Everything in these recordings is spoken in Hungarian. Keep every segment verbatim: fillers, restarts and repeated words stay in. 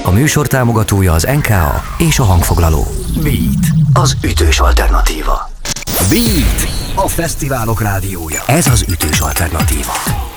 A műsor támogatója az en ká á és a hangfoglaló. Beat, az ütős alternatíva. Beat, a fesztiválok rádiója. Ez az ütős alternatíva.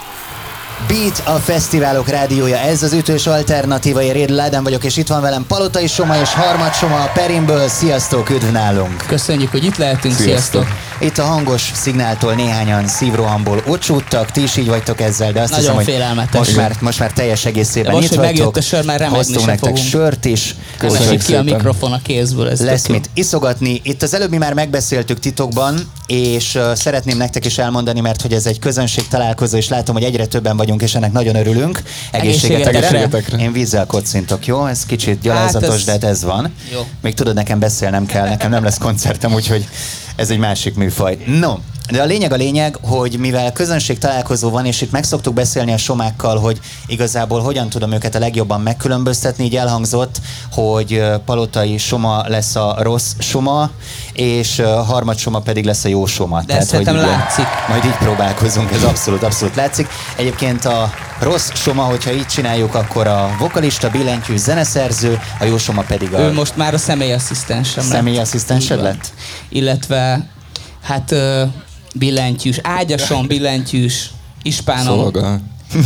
Beat, a fesztiválok rádiója, ez az ütős alternatíva. Én Rédl Ádám vagyok, és itt van velem Palotai Soma és Harmad Soma a Perimből. Sziasztok, üdv nálunk! Köszönjük, hogy itt lehetünk, sziasztok! sziasztok. Itt a hangos szignáltól néhányan szívrohamból ocsúttak, ti is így vagytok ezzel, de azt Nagyon hiszem, félelmetes. hogy most már, most már teljes egészében most, itt hogy vagytok. megjött a sör, már remegni Hoztunk sem nektek fogunk. sört is. Nem esik ki a mikrofon a kézből. Ez Lesz mit iszogatni. Itt az előbb mi már megbeszéltük titokban, és uh, szeretném nektek is elmondani, mert hogy ez egy közönség találkozó, és látom, hogy egyre többen vagyunk, és ennek nagyon örülünk. Egészségetekre. Egészségetekre. Én vízzel kocintok, jó? Ez kicsit gyalázatos, hát ez... de hát ez van. Jó. Még tudod, nekem beszélnem kell, nekem nem lesz koncertem, úgyhogy ez egy másik műfaj. No, de a lényeg a lényeg, hogy mivel közönség találkozó van, és itt meg szoktuk beszélni a somákkal, hogy igazából hogyan tudom őket a legjobban megkülönböztetni, így elhangzott, hogy Palotai Soma lesz a rossz Soma, és Harmad Soma pedig lesz a jó Soma. De Tehát, ezt szerintem látszik. Majd így próbálkozunk, ez abszolút, abszolút látszik. Egyébként a rossz Soma, hogyha így csináljuk, akkor a vokalista, billentyű, zeneszerző, a jó Soma pedig a... Ő most már a személyasszisztensem lett. Személyasszisztensed lett? Illetve, hát billentyűs, ágyason billentyűs, ispánom. Szolgál.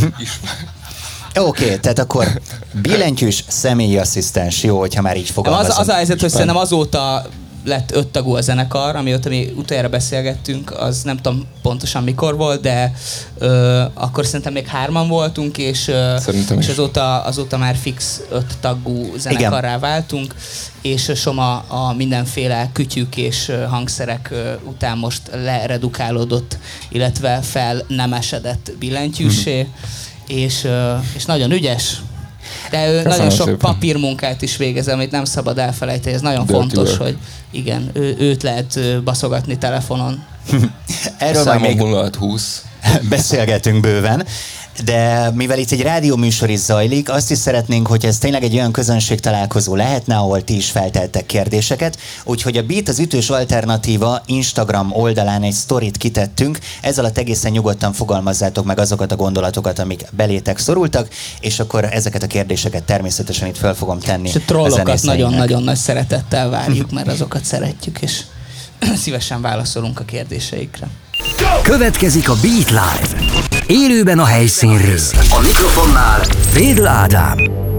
Oké, okay, tehát akkor billentyűs, személyi asszisztens. Jó, hogyha már így fogalmazunk. Az, az a helyzet, hogy szerintem azóta lett öt tagú a zenekar, amióta mi utoljára beszélgettünk, az nem tudom pontosan mikor volt, de ö, akkor szerintem még hárman voltunk, és, ö, és azóta, azóta már fix öt tagú zenekarrá váltunk, és Soma a mindenféle kütyük és hangszerek után most leredukálódott, illetve fel nem esedett billentyűssé, mm. és, és nagyon ügyes. De ő nagyon sok szépen. Papírmunkát is végez, amit nem szabad elfelejteni. Ez nagyon Dirty fontos, work. hogy igen, ő, őt lehet baszogatni telefonon. Erről majd még nulla hat húsz beszélgetünk bőven. De mivel itt egy rádióműsor is zajlik, azt is szeretnénk, hogy ez tényleg egy olyan közönség találkozó lehetne, ahol ti is felteltek kérdéseket. Úgyhogy a Beat, az ütős alternatíva Instagram oldalán egy sztorit kitettünk. Ez alatt egészen nyugodtan fogalmazzátok meg azokat a gondolatokat, amik belétek szorultak, és akkor ezeket a kérdéseket természetesen itt fel fogom tenni. És a trollokat nagyon-nagyon nagy szeretettel várjuk, mert azokat szeretjük, és szívesen válaszolunk a kérdéseikre. Következik a Beat Live. Élőben a helyszínről. A mikrofonnál Rédl Ádám.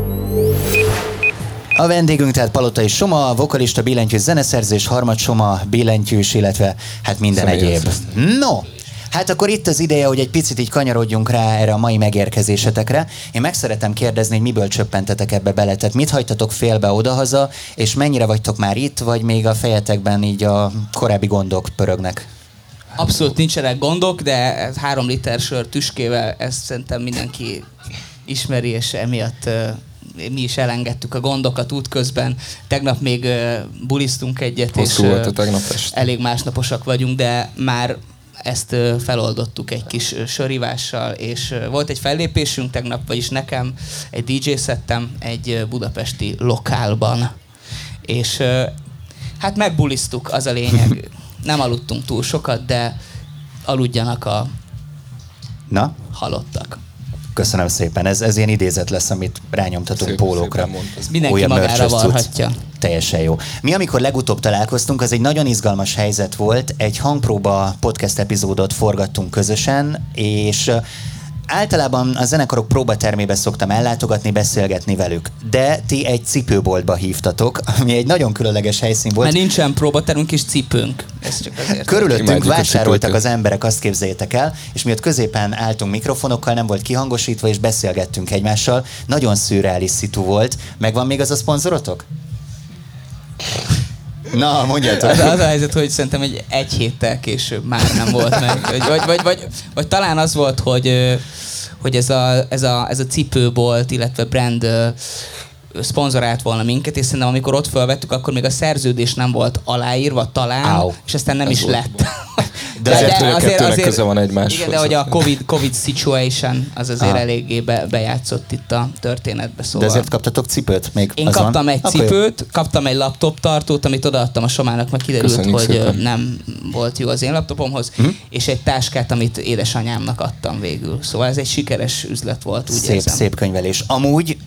A vendégünk tehát Palotai Soma, vokalista, billentyűs, zeneszerző, és Harmad Soma, billentyűs, illetve hát minden egyéb. No! Hát akkor itt az ideje, hogy egy picit így kanyarodjunk rá erre a mai megérkezésetekre. Én meg szeretem kérdezni, hogy miből csöppentetek ebbe bele, tehát mit hagytatok félbe odahaza, és mennyire vagytok már itt, vagy még a fejetekben így a korábbi gondok pörögnek? Abszolút nincsenek gondok, de ez három liter sör tüskével, ezt szerintem mindenki ismeri, és emiatt uh, mi is elengedtük a gondokat útközben. Tegnap még uh, bulisztunk egyet, Hosszú és volt a uh, tegnap este. elég másnaposak vagyunk, de már ezt uh, feloldottuk egy kis uh, sörivással, és uh, volt egy fellépésünk tegnap, vagyis nekem egy dé dzsé szettem egy uh, budapesti lokálban, és uh, hát megbulisztuk, az a lényeg. Nem aludtunk túl sokat, de aludjanak a Na? halottak. Köszönöm szépen. Ez, ez ilyen idézet lesz, amit rányomtatunk Szép, pólókra. Ez mindenki újabb magára varhatja. Teljesen jó. Mi, amikor legutóbb találkoztunk, az egy nagyon izgalmas helyzet volt. Egy hangpróba podcast epizódot forgattunk közösen, és általában a zenekarok próbatermébe szoktam ellátogatni, beszélgetni velük. De ti egy cipőboltba hívtatok, ami egy nagyon különleges helyszín volt. Mert nincsen próbatermünk és cipőnk. Ez csak azért. Körülöttünk vásároltak az emberek, azt képzeljétek el, és miatt középen álltunk mikrofonokkal, nem volt kihangosítva, és beszélgettünk egymással. Nagyon szürreális szitu volt. Megvan még az a szponzorotok? Na, mondjátok. Az, az a helyzet, hogy szerintem egy, egy héttel később már nem volt meg. Vagy, vagy, vagy, vagy, vagy talán az volt, hogy, hogy ez, a, ez, a, ez a cipőbolt, illetve brand szponzorált volna minket, és szerintem amikor ott felvettük, akkor még a szerződés nem volt aláírva talán, Áu. és aztán nem ez is lett. De, de azért, de azért, azért köze van egymáshoz. Igen, de hogy a COVID, COVID situation az azért ah. eléggé be, bejátszott itt a történetbe. Szóval. De ezért kaptatok cipőt? Még Én kaptam van? egy cipőt, okay. kaptam egy laptop tartót, amit odaadtam a Somának, mert kiderült, Köszönjük hogy szépen. nem volt jó az én laptopomhoz, mm. és egy táskát, amit édesanyámnak adtam végül. Szóval ez egy sikeres üzlet volt, úgy Szép, érzem. szép könyvelés. Amúgy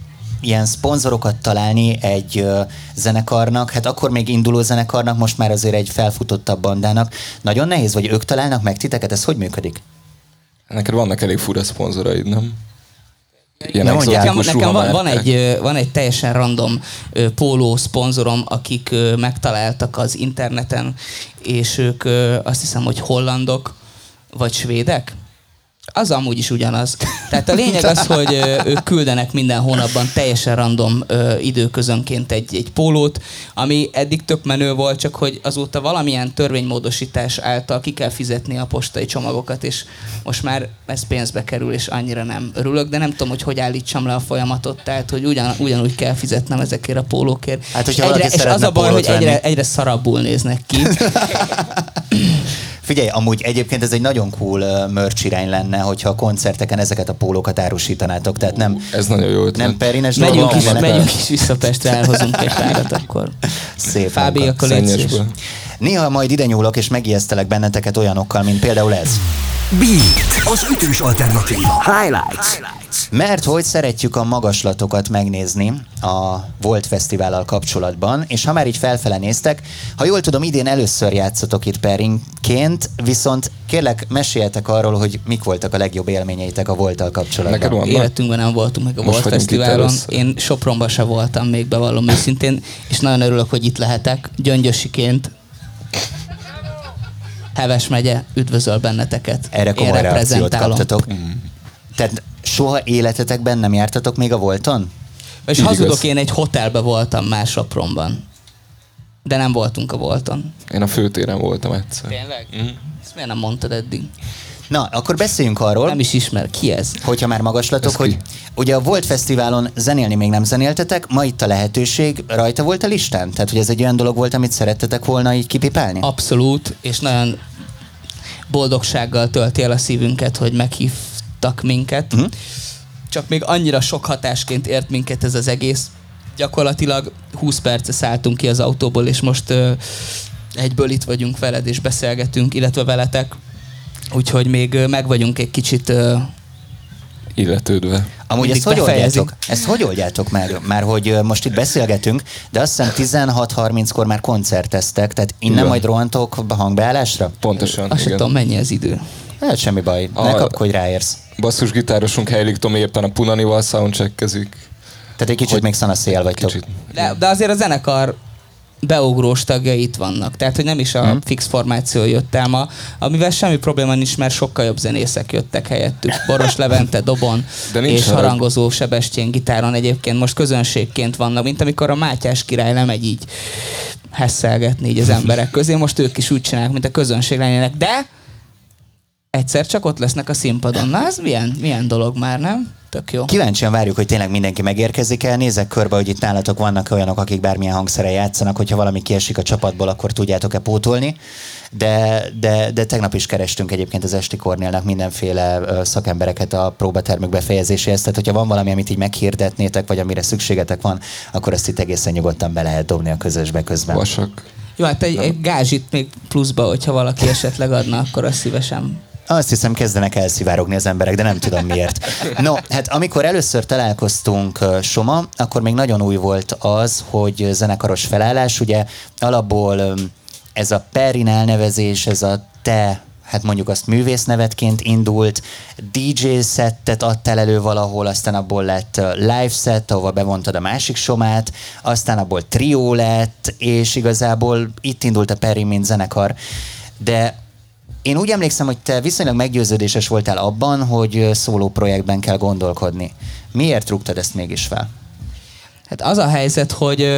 ilyen szponzorokat találni egy ö, zenekarnak, hát akkor még induló zenekarnak, most már azért egy felfutottabb bandának. Nagyon nehéz, vagy ők találnak meg titeket? Ez hogy működik? Neked vannak elég fura szponzoraid, nem? Ilyen nekem nekem van, van, egy, van egy teljesen random ö, póló szponzorom, akik ö, megtaláltak az interneten, és ők ö, azt hiszem, hogy hollandok, vagy svédek. Az amúgy is ugyanaz. Tehát a lényeg az, hogy ö, ők küldenek minden hónapban teljesen random ö, időközönként egy, egy pólót, ami eddig tök menő volt, csak hogy azóta valamilyen törvénymódosítás által ki kell fizetni a postai csomagokat, és most már ez pénzbe kerül, és annyira nem örülök, de nem tudom, hogy hogy állítsam le a folyamatot, tehát hogy ugyan, ugyanúgy kell fizetnem ezekért a pólókért. Hát, és, egyre, és az a baj, hogy egyre, egyre szarabbul néznek ki. Figyelj, amúgy egyébként ez egy nagyon cool merch irány lenne, hogyha a koncerteken ezeket a pólókat árusítanátok, tehát nem... Ez nagyon jó ötlet. Nem perines megyünk is, megyünk is vissza Pestre, elhozunk egy párat akkor. Szép Fábi, akkor légy. Néha majd ide nyúlok és megijesztelek benneteket olyanokkal, mint például ez. Beat, az ütős alternatíva. Highlights. Mert hogy szeretjük a magaslatokat megnézni a Volt Fesztivállal kapcsolatban, és ha már így felfele néztek, ha jól tudom, idén először játszotok itt pairingként, viszont kérlek, meséljetek arról, hogy mik voltak a legjobb élményeitek a Volttal kapcsolatban. Életünkben nem voltunk meg a Volt Fesztiválon. Én Sopronban se voltam még, bevallom őszintén, és nagyon örülök, hogy itt lehetek. Gyöngyösiként. Heves megye, üdvözöl benneteket. Erre komoly reakciót kaptatok. Mm. Tehát soha életetekben nem jártatok még a Volton? És hazudok, én egy hotelben voltam már Sopronban. De nem voltunk a Volton. Én a főtéren voltam egyszer. Tényleg? Mm. Ezt miért nem mondtad eddig? Na, akkor beszéljünk arról. Nem is ismer. Ki ez? Hogyha már magaslatok, ez hogy ki? Ugye a Volt Fesztiválon zenélni még nem zenéltetek, ma itt a lehetőség, rajta volt a listán? Tehát, hogy ez egy olyan dolog volt, amit szerettetek volna így kipipálni? Abszolút, és nagyon boldogsággal tölti el a szívünket, hogy meghívtak minket. Uh-huh. Csak még annyira sok hatásként ért minket ez az egész. Gyakorlatilag húsz perce szálltunk ki az autóból, és most uh, egyből itt vagyunk veled, és beszélgetünk, illetve veletek. Úgyhogy még uh, meg vagyunk egy kicsit... Uh, illetődve. Amúgy ezt hogy oldjátok? Ezt hogy oldjátok meg? Már hogy uh, most itt beszélgetünk, de azt hiszem tizenhat harminckor már koncerteztek, tehát innen igen. Majd rohantok a hangbeállásra? Pontosan, azt tudom, mennyi az idő. Hát semmi baj, a ne kapkodj, ráérsz. Basszusgitárosunk Heilig Tomi éppen a Punanival soundcheckezik. Tehát egy kicsit hogy még szanaszél vagytok. De, de azért a zenekar beugrós tagjai itt vannak. Tehát, hogy nem is a hmm. fix formáció jött el ma, amivel semmi probléma nincs, mert sokkal jobb zenészek jöttek helyettük. Boros Levente dobon és harangozó Sebestyén gitáron egyébként most közönségként vannak, mint amikor a Mátyás király lemegy így hesszelgetni így az emberek közé. Most ők is úgy csinálják, mint a közönség lennének, de egyszer csak ott lesznek a színpadon. Na, ez milyen, milyen dolog már, nem? Tök jó. Kíváncsian várjuk, hogy tényleg mindenki megérkezik el. Nézek körbe, hogy itt nálatok vannak olyanok, akik bármilyen hangszeren játszanak, hogyha valami kiesik a csapatból, akkor tudjátok-e pótolni. De, de, de tegnap is kerestünk egyébként az Esti Kornélnak mindenféle szakembereket a próbatermük befejezéséhez. Tehát, hogyha van valami, amit így meghirdetnétek, vagy amire szükségetek van, akkor ezt itt egészen nyugodtan be lehet dobni a közösbe közben. Vasak. Jó, hát egy, egy gázsit még pluszba, hogyha valaki esetleg adna, akkor azt szívesen. Azt hiszem, kezdenek elszivárogni az emberek, de nem tudom miért. No, hát amikor először találkoztunk Soma, akkor még nagyon új volt az, hogy zenekaros felállás, ugye alapból ez a Perrin elnevezés, ez a te, hát mondjuk azt művésznevetként indult, dé dzsé szettet adtál elő valahol, aztán abból lett live set, ahova bevontad a másik Somát, aztán abból trió lett, és igazából itt indult a Perrin, mint zenekar. De én úgy emlékszem, hogy te viszonylag meggyőződéses voltál abban, hogy szóló projektben kell gondolkodni. Miért rúgtad ezt mégis fel? Hát az a helyzet, hogy,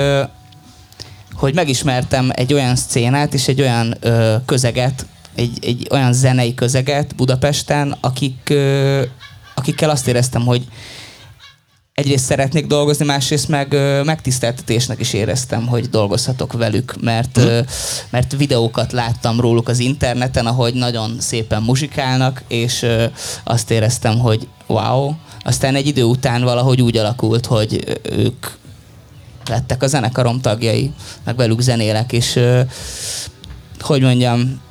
hogy megismertem egy olyan szcénát és egy olyan közeget, egy, egy olyan zenei közeget Budapesten, akik, akikkel azt éreztem, hogy egyrészt szeretnék dolgozni, másrészt meg ö, megtiszteltetésnek is éreztem, hogy dolgozhatok velük, mert, ö, mert videókat láttam róluk az interneten, ahogy nagyon szépen muzsikálnak, és ö, azt éreztem, hogy wow. Aztán egy idő után valahogy úgy alakult, hogy ők lettek a zenekarom tagjai, meg velük zenélek, és ö, hogy mondjam,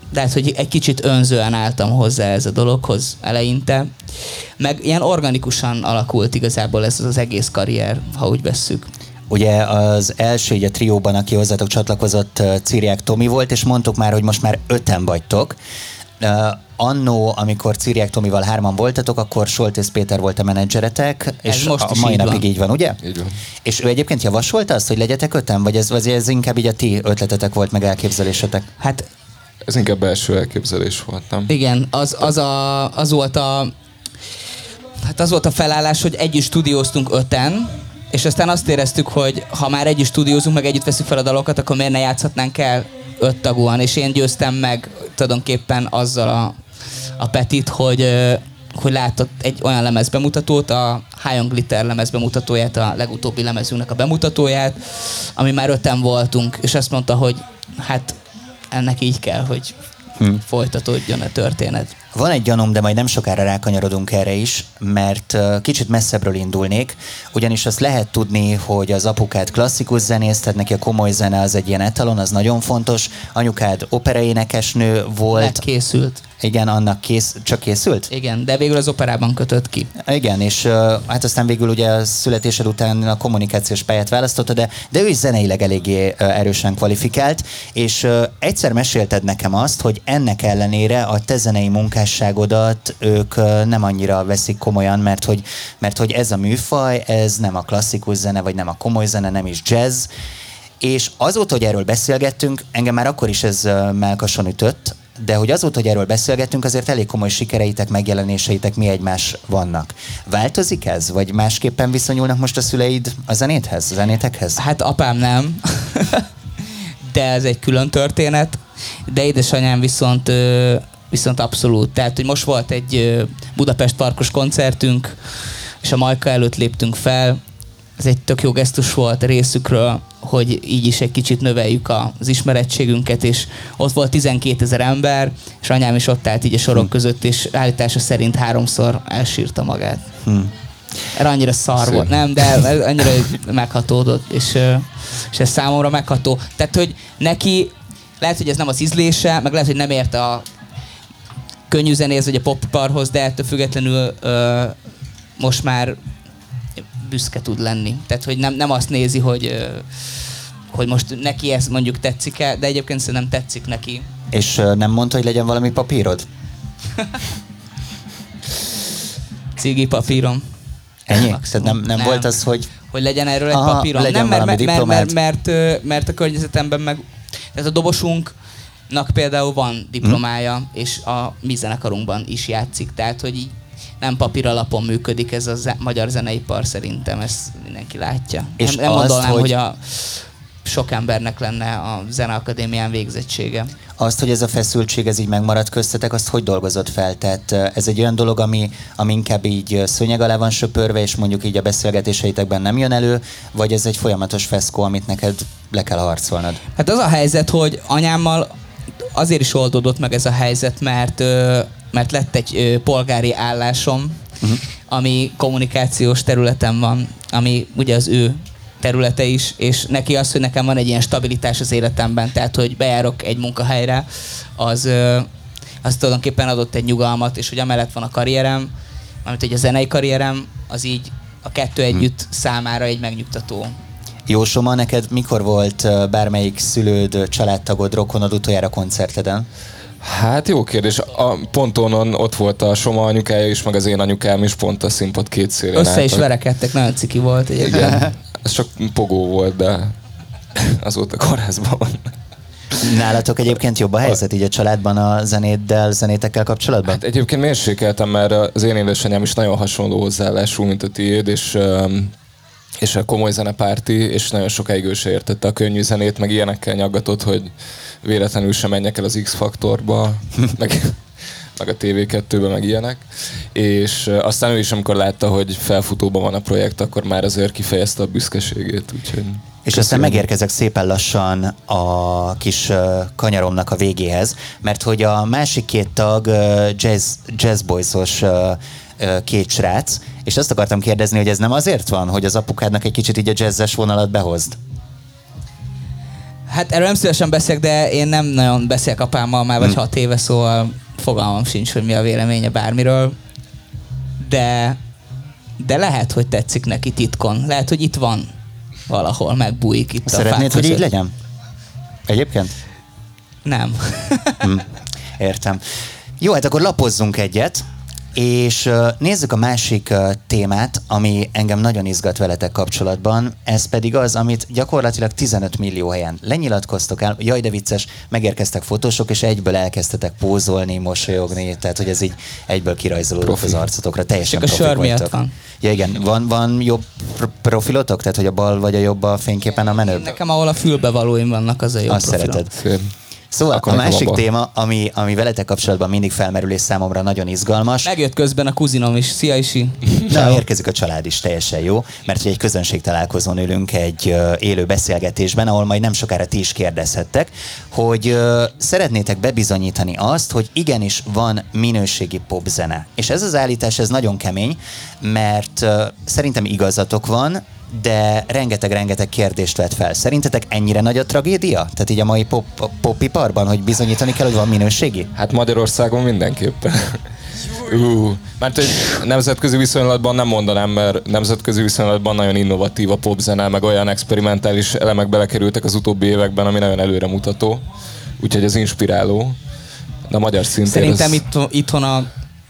lehet, hogy egy kicsit önzően álltam hozzá ez a dologhoz eleinte. Meg ilyen organikusan alakult igazából ez az egész karrier, ha úgy vesszük. Ugye az első így a trióban, aki hozzátok csatlakozott, Ciriák Tomi volt, és mondtuk már, hogy most már öten vagytok. Uh, annó, amikor Ciriák Tomival hárman voltatok, akkor Soltész Péter volt a menedzseretek, ez és most a mai így napig van. így van, ugye? Így van. És ő egyébként javasolta azt, hogy legyetek öten, vagy ez, vagy ez inkább így a ti ötletetek volt, meg elképzelésetek? Hát Ez inkább belső elképzelés volt, nem? igen, az, az, a, az volt a hát az volt a felállás, hogy együtt stúdióztunk öten, és aztán azt éreztük, hogy ha már együtt stúdiózunk, meg együtt veszük fel a dalokat, akkor miért ne játszhatnánk el öt tagúan, és én győztem meg tulajdonképpen azzal a, a Petit, hogy, hogy látott egy olyan lemezbemutatót, a High on Glitter lemezbemutatóját, a legutóbbi lemezünknek a bemutatóját, ami már öten voltunk, és azt mondta, hogy hát ennek így kell, hogy hm. folytatódjon a történet. Van egy gyanúm, de majd nem sokára rákanyarodunk erre is, mert uh, kicsit messzebbről indulnék, ugyanis azt lehet tudni, hogy az apukád klasszikus zenész, tehát neki a komoly zene az egy ilyen etalon, az nagyon fontos. Anyukád operaénekesnő volt. Megkészült. Igen, annak kész, csak készült? Igen, de végül az operában kötött ki. Igen, és uh, hát aztán végül ugye a születésed után a kommunikációs pályát választotta, de, de ő is zeneileg eléggé uh, erősen kvalifikált, és uh, egyszer mesélted nekem azt, hogy ennek ellenére a te zenei munkásságodat ők uh, nem annyira veszik komolyan, mert hogy, mert hogy ez a műfaj, ez nem a klasszikus zene, vagy nem a komoly zene, nem is jazz, és azóta, hogy erről beszélgettünk, engem már akkor is ez uh, mellkason ütött, de hogy azóta, hogy erről beszélgettünk, azért elég komoly sikereitek, megjelenéseitek mi egymás vannak. Változik ez? Vagy másképpen viszonyulnak most a szüleid a zenéthez, a zenétekhez? Hát apám nem, de ez egy külön történet, de édesanyám viszont, viszont abszolút. Tehát, hogy most volt egy Budapest Parkos koncertünk, és a Majka előtt léptünk fel. Ez egy tök jó gesztus volt a részükről, hogy így is egy kicsit növeljük az ismerettségünket, és ott volt tizenkétezer ember, és anyám is ott állt így a sorok hm. között, és állítása szerint háromszor elsírta magát. Hm. Erre annyira szar Szép. volt, nem, de annyira meghatódott, és, és ez számomra megható. Tehát, hogy neki lehet, hogy ez nem az ízlése, meg lehet, hogy nem ért a könnyű zenéhez, vagy a popiparhoz, de ettől függetlenül ö, most már büszke tud lenni. Tehát, hogy nem, nem azt nézi, hogy, hogy most neki ez mondjuk tetszik-e, de egyébként szerintem tetszik neki. És nem mondta, hogy legyen valami papírod? Cigi papírom. Ennyi? Tehát nem, nem, nem volt az, hogy... Hogy legyen erről egy Aha, papírom. legyen nem, mert, mert, mert, mert, mert, mert a környezetemben meg... Tehát a dobosunknak például van diplomája, hmm. és a mi zenekarunkban is játszik. Tehát, hogy így nem papír alapon működik ez a ze- magyar zeneipar, szerintem ezt mindenki látja. És nem, nem azt, gondolnám, hogy... hogy a sok embernek lenne a Zeneakadémián végzettsége. Azt, hogy ez a feszültség ez így megmaradt köztetek, azt hogy dolgozott fel? Tehát ez egy olyan dolog, ami, ami inkább így szőnyeg alá van söpörve, és mondjuk így a beszélgetéseitekben nem jön elő, vagy ez egy folyamatos feszkó, amit neked le kell harcolnod? Hát az a helyzet, hogy anyámmal azért is oldódott meg ez a helyzet, mert mert lett egy ö, polgári állásom, uh-huh. ami kommunikációs területen van, ami ugye az ő területe is, és neki az, hogy nekem van egy ilyen stabilitás az életemben, tehát hogy bejárok egy munkahelyre, az, ö, az tulajdonképpen adott egy nyugalmat, és hogy amellett van a karrierem, amit hogy a zenei karrierem, az így a kettő együtt uh-huh. számára egy megnyugtató. Jósoma, neked mikor volt bármelyik szülőd, családtagod, rokonod utoljára koncerteden? Hát jó kérdés. A pontonon ott volt a Soma anyukája is, meg az én anyukám is pont a színpad két szélén Össze álltak. is verekedtek, nagyon ciki volt egyébként. Igen, ez csak pogó volt, de azóta kórházban van. Nálatok egyébként jobb a helyzet így a családban a zenéddel, zenétekkel kapcsolatban? Hát egyébként mérsékeltem, mert az én édesanyám is nagyon hasonló hozzáállású, mint a tiéd, és, és a komoly zenepárti, és nagyon sokáig ő se értette a könnyű zenét, meg ilyenekkel nyaggatott, hogy véletlenül sem menjek el az X-faktorba, meg, meg a té vé kettőbe, meg ilyenek. És aztán ő is, amikor látta, hogy felfutóban van a projekt, akkor már azért kifejezte a büszkeségét, úgyhogy... És köszönöm. Aztán megérkezek szépen lassan a kis kanyaromnak a végéhez, mert hogy a másik két tag jazz, jazz boys-os két srác, és azt akartam kérdezni, hogy ez nem azért van, hogy az apukádnak egy kicsit így a jazzes vonalat behozd? Hát erről nem szívesen beszélek, de én nem nagyon beszélek apámmal már vagy hmm. hat éve, szóval fogalmam sincs, hogy mi a véleménye bármiről. De, de lehet, hogy tetszik neki titkon. Lehet, hogy itt van valahol, megbújik itt. Szeretnéd, hogy így legyen? Egyébként? Nem. hmm. Értem. Jó, hát akkor lapozzunk egyet, és nézzük a másik témát, ami engem nagyon izgat veletek kapcsolatban, ez pedig az, amit gyakorlatilag tizenöt millió helyen lenyilatkoztok el, jaj de vicces, megérkeztek fotósok, és egyből elkezdtetek pózolni, mosolyogni, tehát hogy ez így egyből kirajzolódott az arcotokra, teljesen profik vagytok. Csak a sör miatt van. Ja igen, van, van jobb profilotok? Tehát hogy a bal vagy a jobb a fényképen a menőbb? Nekem ahol a fülbevalóim vannak, az a jobb Azt profilom. Szereted. Szóval akkor a másik téma, ami, ami veletek kapcsolatban mindig felmerül és számomra nagyon izgalmas. Megjött közben a kuzinom is. Szia, Isi! Na, érkezik a család is, teljesen jó, mert hogy egy közönség találkozón ülünk egy uh, élő beszélgetésben, ahol majd nem sokára ti is kérdezhettek, hogy uh, szeretnétek bebizonyítani azt, hogy igenis van minőségi popzene. És ez az állítás, ez nagyon kemény, mert uh, szerintem igazatok van, de rengeteg-rengeteg kérdést vett fel. Szerintetek ennyire nagy a tragédia? Tehát így a mai pop, popiparban, hogy bizonyítani kell, hogy van minőségi? Hát Magyarországon mindenképpen. Uh, mert egy nemzetközi viszonylatban nem mondanám, mert nemzetközi viszonylatban nagyon innovatív a popzene, meg olyan experimentális elemek belekerültek az utóbbi években, ami nagyon előremutató. Úgyhogy ez inspiráló. De a magyar szinten Szerintem ez... itt, itthon a,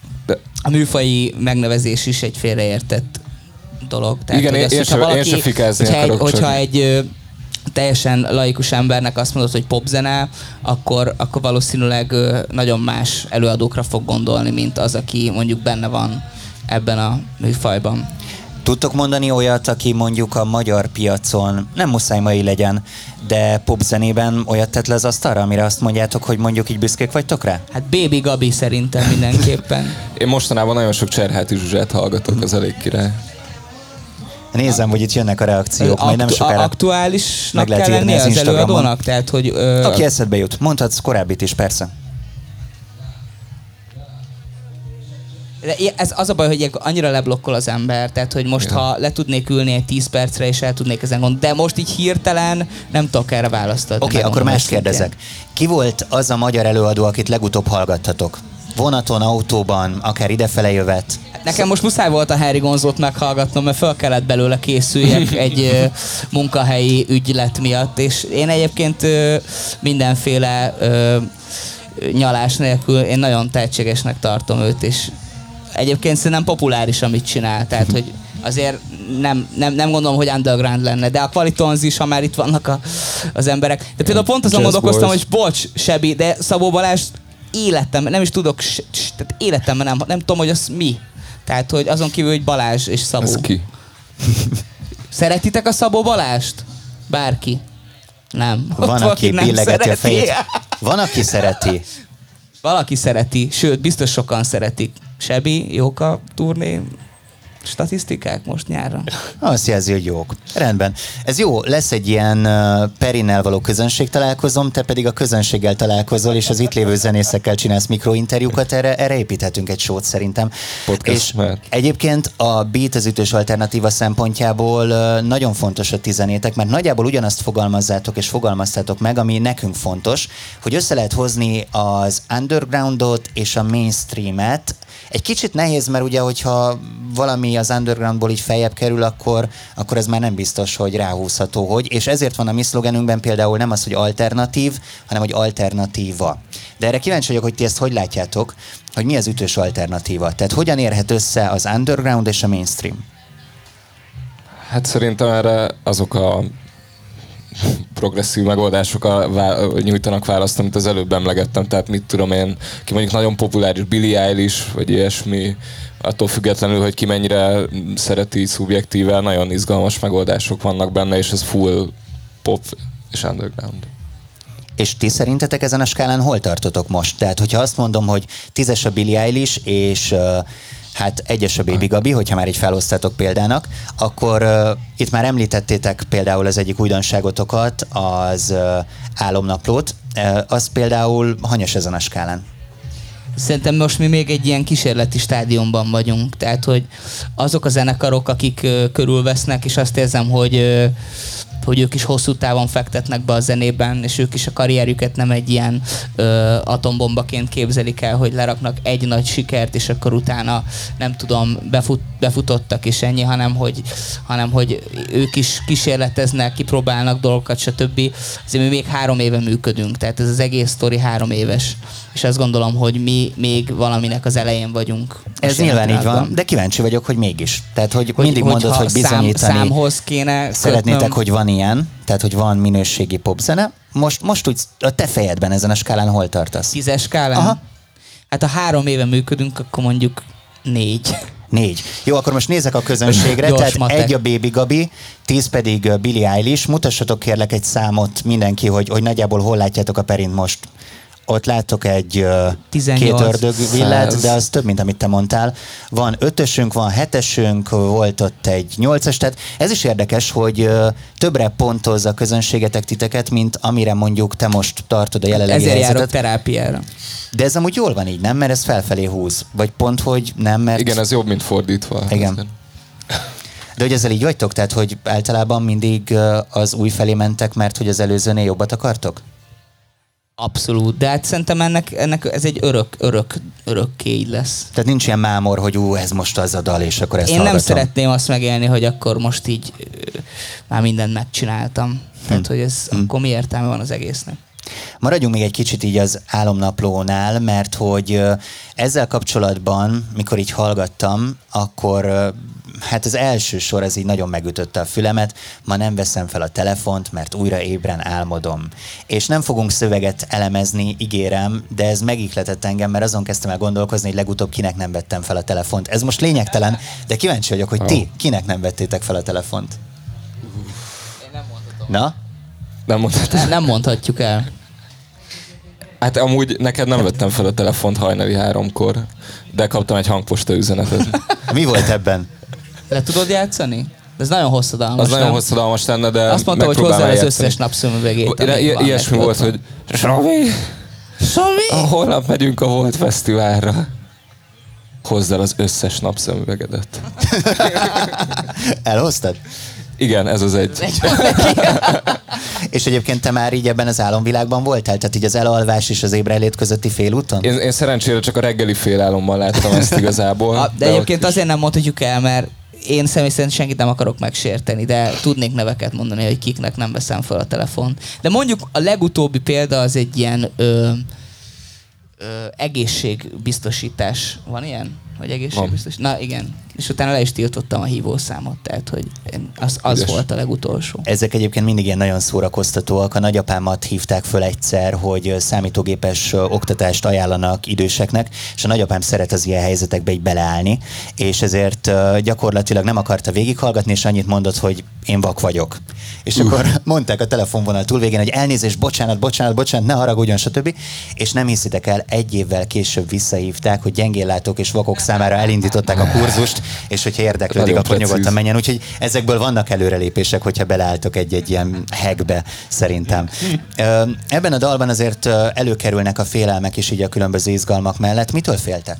a műfaji megnevezés is egy félreértett dolog. Tehát, igen, én, az, sem, valaki, én sem fikázni hogyha akarok. Egy, hogyha egy ö, teljesen laikus embernek azt mondod, hogy popzene, akkor, akkor valószínűleg ö, nagyon más előadókra fog gondolni, mint az, aki mondjuk benne van ebben a műfajban. Tudtok mondani olyat, aki mondjuk a magyar piacon, nem muszáj mai legyen, de popzenében olyat tett le az asztalra, amire azt mondjátok, hogy mondjuk így büszkék vagytok rá? Hát Baby Gabi szerintem mindenképpen. Én mostanában nagyon sok Cserháti Zsuzsát hallgatok, az elég király. Nézem, hogy itt jönnek a reakciók, Aktu- majd nem sokára aktuálisnak kell lenni az, az előadónak? Tehát, hogy, ö... Aki eszedbe jut. Mondhatsz korábbit is, persze. De ez az a baj, hogy annyira leblokkol az ember, tehát hogy most, ja. ha le tudnék ülni egy tíz percre, és el tudnék ezen gondolni, de most így hirtelen nem tudok erre választani. Oké, okay, akkor mást kérdezek. Ki volt az a magyar előadó, akit legutóbb hallgattatok? Vonaton, autóban, akár idefele jövet? Nekem most muszáj volt a Harry Gonzót meghallgatnom, mert fel kellett belőle készüljek egy ö, munkahelyi ügylet miatt, és én egyébként ö, mindenféle ö, nyalás nélkül én nagyon tehetségesnek tartom őt, és egyébként szerintem populáris, amit csinál, tehát hogy azért nem, nem, nem gondolom, hogy underground lenne, de a Qualitonz is, ha már itt vannak a, az emberek. De például pont azon gondolkoztam, hogy bocs, Sebi, de Szabó Balázs életemben, nem is tudok, tehát életemben nem, nem tudom, hogy az mi. Tehát, hogy azon kívül, hogy Balázs és Szabó. Ez ki? Szeretitek a Szabó Balást? Bárki? Nem. Van, Ott aki billegeti a fejét. Van, aki szereti. Valaki szereti, sőt, biztos sokan szeretik. Sebi, jók a turné statisztikák most nyárra? Azt jelzi, hogy jók. Rendben. Ez jó, lesz egy ilyen uh, Perinnel való közönség találkozom, te pedig a közönséggel találkozol, és az itt lévő zenészekkel csinálsz mikrointerjúkat, erre, erre építhetünk egy sót szerintem. Podcast, és mert... egyébként a beat, az ütős alternatíva szempontjából uh, nagyon fontos a ti zenétek, mert nagyjából ugyanazt fogalmazzátok és fogalmaztátok meg, ami nekünk fontos, hogy össze lehet hozni az undergroundot és a mainstreamet. Egy kicsit nehéz, mert ugye, hogyha valami az undergroundból így feljebb kerül, akkor, akkor ez már nem biztos, hogy ráhúzható, hogy. És ezért van a mi szlogenünkben például nem az, hogy alternatív, hanem hogy alternatíva. De erre kíváncsi vagyok, hogy ti ezt hogy látjátok, hogy mi az ütős alternatíva. Tehát hogyan érhet össze az underground és a mainstream? Hát szerintem erre azok a progresszív megoldások a, vá- nyújtanak választ, amit az előbb emlegettem, tehát mit tudom én, ki mondjuk nagyon populáris Billie Eilish, vagy ilyesmi, attól függetlenül, hogy ki mennyire szereti szubjektíve, nagyon izgalmas megoldások vannak benne, és ez full pop és underground. És ti szerintetek ezen a skálán hol tartotok most? Tehát, hogyha azt mondom, hogy tízes a Billie Eilish, és uh, hát egyes a Baby Gabi, hogyha már így felosztatok példának, akkor uh, itt már említettétek például az egyik újdonságotokat, az uh, Álomnaplót. Uh, az például hanyas ezen a skálán? Szerintem most mi még egy ilyen kísérleti stádiumban vagyunk, tehát hogy azok a zenekarok, akik uh, körülvesznek, és azt érzem, hogy uh, hogy ők is hosszú távon fektetnek be a zenében, és ők is a karrierjüket nem egy ilyen ö, atombombaként képzelik el, hogy leraknak egy nagy sikert, és akkor utána nem tudom, befut, befutottak és ennyi, hanem hogy, hanem hogy ők is kísérleteznek, kipróbálnak dolgokat, stb. Azért mi még három éve működünk, tehát ez az egész sztori három éves, és azt gondolom, hogy mi még valaminek az elején vagyunk. Ez nyilván így van, de kíváncsi vagyok, hogy mégis. Tehát, hogy, hogy mindig mondod, hogy bizonyítani. Szám, számhoz kéne szeretnétek, kötnöm. hogy van ilyen, tehát, hogy van minőségi popzene. Most, most úgy a te fejedben ezen a skálán hol tartasz? Tízes skálán? Aha. Hát ha három éve működünk, akkor mondjuk négy. Négy. Jó, akkor most nézek a közönségre, tehát matek. Egy a Baby Gabi, tíz pedig Billie Eilish. Mutassatok kérlek egy számot mindenki, hogy, hogy nagyjából hol látjátok a Perint most. Ott látok egy két ördögvillát, de az több, mint amit te mondtál. Van ötösünk, van hetesünk, volt ott egy nyolcas, tehát ez is érdekes, hogy többre pontozza a közönségetek titeket, mint amire mondjuk te most tartod a jelenlegi Ezért helyzetet. járok terápiára. De ez amúgy jól van így, nem? Mert ez felfelé húz. Vagy pont, hogy nem, mert... Igen, ez jobb, mint fordítva. Igen. De hogy ezzel így vagytok? Tehát, hogy általában mindig az új felé mentek, mert hogy az előzőnél jobbat akartok? Abszolút, de hát szerintem ennek, ennek ez egy örök, örök, örökké így lesz. Tehát nincs ilyen mámor, hogy ú, ez most az a dal, és akkor ezt Én hallgatom. nem szeretném azt megélni, hogy akkor most így ö, már mindent megcsináltam. Tehát, hmm. hogy ez hmm. akkor mi értelme van az egésznek. Maradjunk még egy kicsit így az álomnaplónál, mert hogy ezzel kapcsolatban, mikor így hallgattam, akkor hát az első sor ez így nagyon megütötte a fülemet, ma nem veszem fel a telefont, mert újra ébren álmodom. És nem fogunk szöveget elemezni, ígérem, de ez megihletett engem, mert azon kezdtem el gondolkozni, hogy legutóbb kinek nem vettem fel a telefont. Ez most lényegtelen, de kíváncsi vagyok, hogy ti kinek nem vettétek fel a telefont. Én nem mondhatom. Na? Nem mondhatom. Nem, nem mondhatjuk el. Hát amúgy neked nem vettem fel a telefont hajnali háromkor, de kaptam egy hangposta üzenetet. Mi volt ebben? Le tudod játszani? Ez nagyon hosszadalmas. Az nem? Nagyon hosszadalmas lenne, de azt mondta, hogy hozzá az összes napszemüvegét. Ilyesmi volt, hogy Savi, Savi, holnap megyünk a Volt Fesztiválra. Hozd el az összes napszemüvegedet. Elhoztad? Igen, ez az egy. És egyébként te már így ebben az álomvilágban voltál? Tehát így az elalvás és az ébrenlét közötti félúton? Én, én szerencsére csak a reggeli félálomban láttam ezt igazából. A, de, de egyébként azért nem mondhatjuk el, mert én személy szerint senkit nem akarok megsérteni, de tudnék neveket mondani, hogy kiknek nem veszem fel a telefon. De mondjuk a legutóbbi példa az egy ilyen ö, ö, egészségbiztosítás. Van ilyen? Vagy egészségbiztosítás? Na igen. És utána le is tiltottam a hívószámot, tehát hogy az, az volt a legutolsó. Ezek egyébként mindig ilyen nagyon szórakoztatóak. A nagyapámat hívták föl egyszer, hogy számítógépes oktatást ajánlanak időseknek, és a nagyapám szeret az ilyen helyzetekbe így beleállni, és ezért gyakorlatilag nem akarta végighallgatni, és annyit mondott, hogy én vak vagyok. És uh. akkor mondták a telefonvonal túlvégén, hogy elnézést, bocsánat, bocsánat, bocsánat, ne haragudjon, stb. És nem hiszitek el, egy évvel később visszahívták, hogy gyengéllátók és vakok számára elindították a kurzust, és hogyha érdeklődik, nagyon akkor precíz. nyugodtan menjen. Úgyhogy ezekből vannak előrelépések, hogyha beleálltok egy-egy ilyen hackbe, szerintem. Ebben a dalban azért előkerülnek a félelmek is így a különböző izgalmak mellett. Mitől féltek?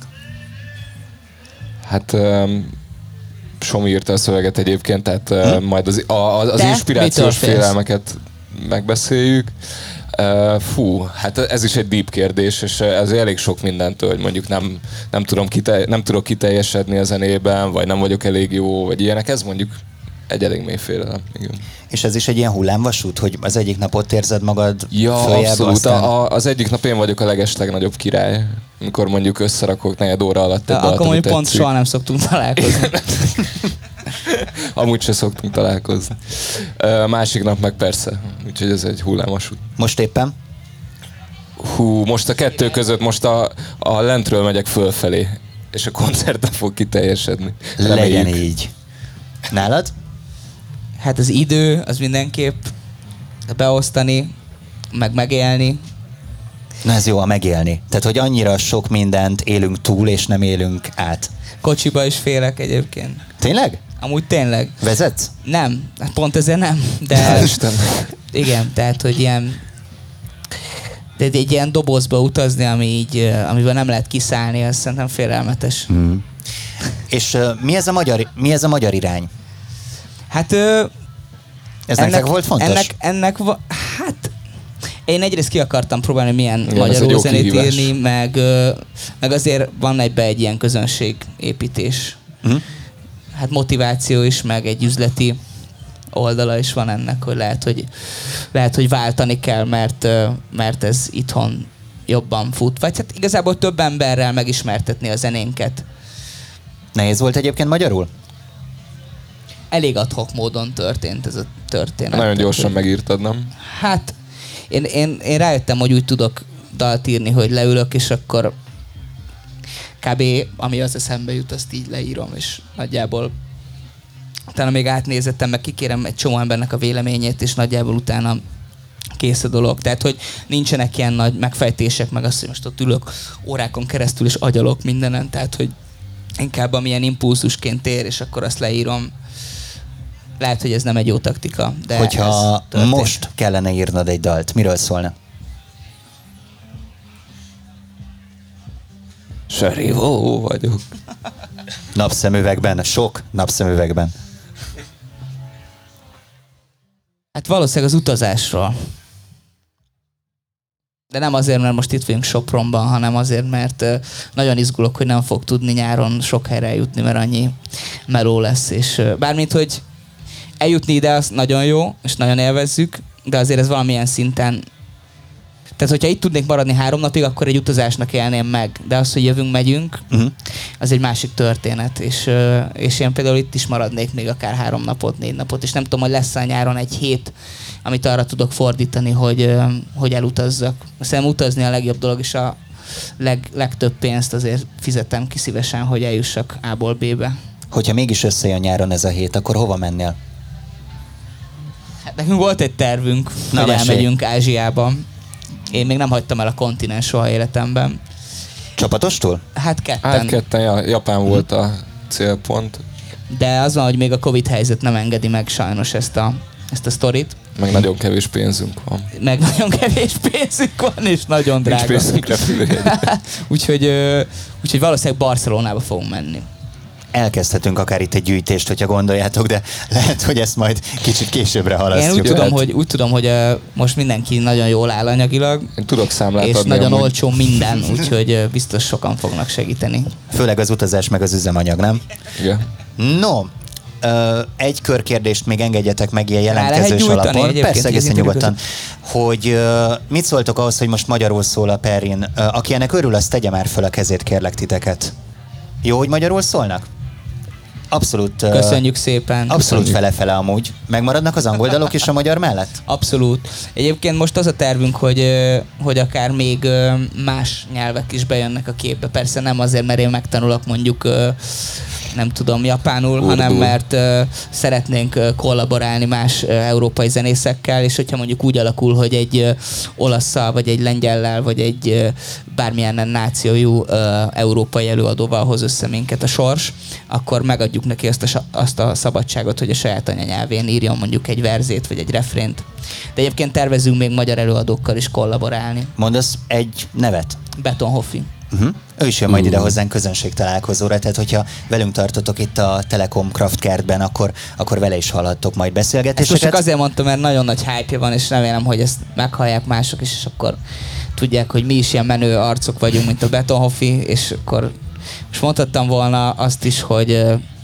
Hát um, Somi írta a szöveget egyébként, tehát uh, majd az, a, az, az inspirációs félelmeket megbeszéljük. Uh, fú, hát ez is egy deep kérdés, és ez elég sok mindentől, hogy mondjuk nem, nem, tudom kite, nem tudok kiteljesedni a zenében, vagy nem vagyok elég jó, vagy ilyenek. Ez mondjuk egy elég mély félelem. Igen. És ez is egy ilyen hullámvasút, hogy az egyik nap ott érzed magad ja, följebb, abszolút. aztán... A, az egyik nap én vagyok a legeslegnagyobb király, amikor mondjuk összerakok negyed óra alatt egy dalt, akkor mondjuk pont tetszik. soha nem szoktunk találkozni. Amúgy se szoktunk találkozni. Másik nap meg persze, úgyhogy ez egy hullámvasút. Most éppen? Hú, most a kettő között, most a, a lentről megyek fölfelé, és a koncerten fog kiteljesedni. Legyen így. Nálad? Hát az idő, az mindenképp beosztani, meg megélni. Na ez jó, a megélni. Tehát, hogy annyira sok mindent élünk túl, és nem élünk át. Kocsiba is félek egyébként. Tényleg? Amúgy tényleg. Vezetsz? Nem, pont ezért nem. De Isten. Igen, tehát, hogy ilyen de egy ilyen dobozba utazni, ami így, amiben nem lehet kiszállni, az szerintem félelmetes. Hmm. És uh, mi, ez a magyar, mi ez a magyar irány? Hát ö, Ez ennek, nektek volt fontos? Ennek, ennek va- hát én egyrészt ki akartam próbálni, milyen igen, magyarul zenét kihívás. írni, meg, meg azért van egybe egy ilyen közönségépítés. Uh-huh. Hát motiváció is, meg egy üzleti oldala is van ennek, hogy lehet, hogy, lehet, hogy váltani kell, mert, mert ez itthon jobban fut. Vagy hát igazából több emberrel megismertetni a zenénket. Nehéz volt egyébként magyarul? Elég ad-hoc módon történt ez a történet. Nagyon gyorsan megírtad, nem? Hát én, én, én rájöttem, hogy úgy tudok dalt írni, hogy leülök, és akkor kb. Ami az eszembe jut, azt így leírom, és nagyjából utána még átnézettem, meg kikérem egy csomó embernek a véleményét, és nagyjából utána kész a dolog. Tehát, hogy nincsenek ilyen nagy megfejtések, meg azt, hogy most ott ülök órákon keresztül, és agyalok mindenen, tehát, hogy inkább amilyen impulzusként ér, és akkor azt leírom. Lehet, hogy ez nem egy jó taktika, de hogyha most kellene írnod egy dalt, miről szólna? Serívó vagyok. Napszemüvegben, sok napszemüvegben. Hát valószínűleg az utazásról. De nem azért, mert most itt vagyunk Sopronban, hanem azért, mert nagyon izgulok, hogy nem fog tudni nyáron sok helyre eljutni, mert annyi meló lesz. És bármint, hogy eljutni ide, az nagyon jó, és nagyon élvezzük, de azért ez valamilyen szinten... Tehát, hogyha itt tudnék maradni három napig, akkor egy utazásnak élném meg. De az, hogy jövünk, megyünk, uh-huh. az egy másik történet. És, és én például itt is maradnék még akár három napot, négy napot, és nem tudom, hogy lesz a nyáron egy hét, amit arra tudok fordítani, hogy, hogy elutazzak. Szerintem utazni a legjobb dolog, és a leg, legtöbb pénzt azért fizetem ki szívesen, hogy eljussak A-ból B-be. Hogyha mégis összejön nyáron ez a hét, akkor hova mennél? Hát nekünk volt egy tervünk, Na, hogy mesélj. elmegyünk Ázsiába. Én még nem hagytam el a kontinens soha életemben. Csapatostól? Hát ketten. Hát ketten, ja, Japán hmm. volt a célpont. De az van, hogy még a Covid helyzet nem engedi meg sajnos ezt a, ezt a sztorit. Meg nagyon kevés pénzünk van. Meg nagyon kevés pénzünk van, és nagyon drága. Nincs pénzünk repülőjegy. úgyhogy, úgyhogy valószínűleg Barcelonába fogunk menni. Elkezdhetünk akár itt egy gyűjtést, hogyha gondoljátok, de lehet, hogy ezt majd kicsit későbbre halasztjuk. Én úgy tudom, hogy, úgy tudom, hogy uh, most mindenki nagyon jól áll anyagilag. Én tudok számlát és adni. És nagyon amúgy. olcsó minden, úgyhogy uh, biztos sokan fognak segíteni. Főleg az utazás meg az üzemanyag, nem? Igen. No, uh, egy körkérdést még engedjetek meg ilyen jelentkezős alapon. Persze, egészen nyugodtan. Hogy uh, mit szóltok ahhoz, hogy most magyarul szól a Perrin? Uh, aki ennek örül, az tegye már föl a kezét, kérlek titeket. Jó, hogy magyarul szólnak? Abszolút. Köszönjük szépen. Abszolút fele-fele amúgy. Megmaradnak az angol dalok is a magyar mellett? Abszolút. Egyébként most az a tervünk, hogy, hogy akár még más nyelvek is bejönnek a képbe. Persze nem azért, mert én megtanulok mondjuk nem tudom japánul, Urdu. hanem mert uh, szeretnénk uh, kollaborálni más uh, európai zenészekkel, és hogyha mondjuk úgy alakul, hogy egy uh, olasszal, vagy egy lengyellel, vagy egy uh, bármilyen nációjú uh, európai előadóval hoz össze minket a sors, akkor megadjuk neki azt a, azt a szabadságot, hogy a saját anyanyelvén írjon mondjuk egy verzét, vagy egy refrént. De egyébként tervezünk még magyar előadókkal is kollaborálni. Mondasz egy nevet? Beton Hoffi. Uh-huh. Ő is jön majd ide hozzánk közönség találkozóra, tehát hogyha velünk tartotok itt a Telekom Kraftkertben, akkor, akkor vele is hallhattok majd beszélgetéseket. Ezt most csak azért mondtam, mert nagyon nagy hype van, és remélem, hogy ezt meghallják mások is, és akkor tudják, hogy mi is ilyen menő arcok vagyunk, mint a Beton Hoffi, és akkor most mondhattam volna azt is, hogy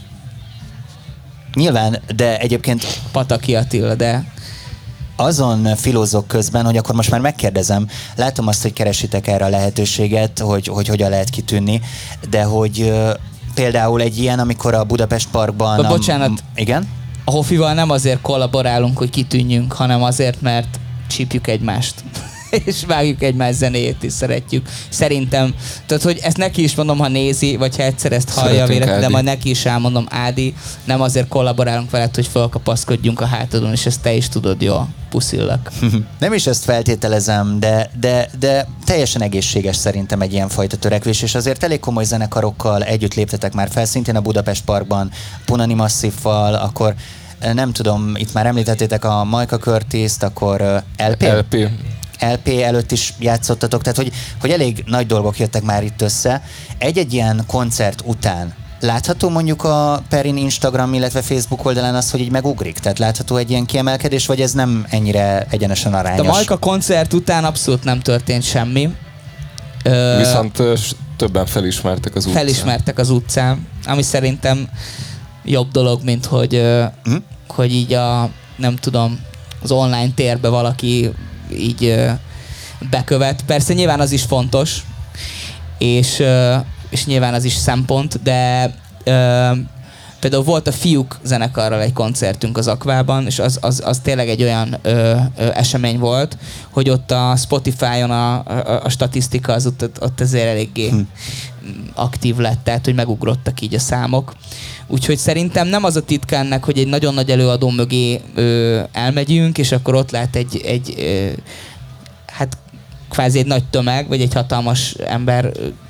nyilván, de egyébként Pataki Attila, de azon filózok közben, hogy akkor most már megkérdezem, látom azt, hogy keresitek erre a lehetőséget, hogy, hogy hogyan lehet kitűnni, de hogy uh, például egy ilyen, amikor a Budapest Parkban... Ba, bocsánat, a, igen? A Hoffival nem azért kollaborálunk, hogy kitűnjünk, hanem azért, mert csípjük egymást. És vágjuk egymás zenéjét is szeretjük. Szerintem, tehát, hogy ezt neki is mondom, ha nézi, vagy ha egyszer ezt hallja véletlenül, de majd neki is elmondom, Ádi, nem azért kollaborálunk veled, hogy fölkapaszkodjunk a hátadon, és ezt te is tudod jól. Puszillak. Nem is ezt feltételezem, de, de, de teljesen egészséges szerintem egy ilyen fajta törekvés, és azért elég komoly zenekarokkal együtt léptetek már fel, szintén a Budapest Parkban, Punani Massive-val, akkor nem tudom, itt már említettétek a Majka Curtis-t, akkor el pé? el pé. el pé előtt is játszottatok, tehát hogy, hogy elég nagy dolgok jöttek már itt össze. Egy-egy ilyen koncert után látható mondjuk a Perin Instagram, illetve Facebook oldalán az, hogy így megugrik? Tehát látható egy ilyen kiemelkedés, vagy ez nem ennyire egyenesen arányos? A Majka koncert után abszolút nem történt semmi. Viszont többen felismertek az utcán. Felismertek az utcán, ami szerintem jobb dolog, mint hogy, hm? hogy így a, nem tudom, az online térbe valaki így bekövet. Persze nyilván az is fontos, és, és nyilván az is szempont, de például volt a Fiúk zenekarral egy koncertünk az Akvában, és az, az, az tényleg egy olyan ö, ö, esemény volt, hogy ott a Spotify-on a, a, a statisztika az ott, ott azért eléggé hm. aktív lett, tehát hogy megugrottak így a számok. Úgyhogy szerintem nem az a titka ennek, hogy egy nagyon nagy előadó mögé ö, elmegyünk, és akkor ott lát egy, egy ö, hát kvázi egy nagy tömeg, vagy egy hatalmas ember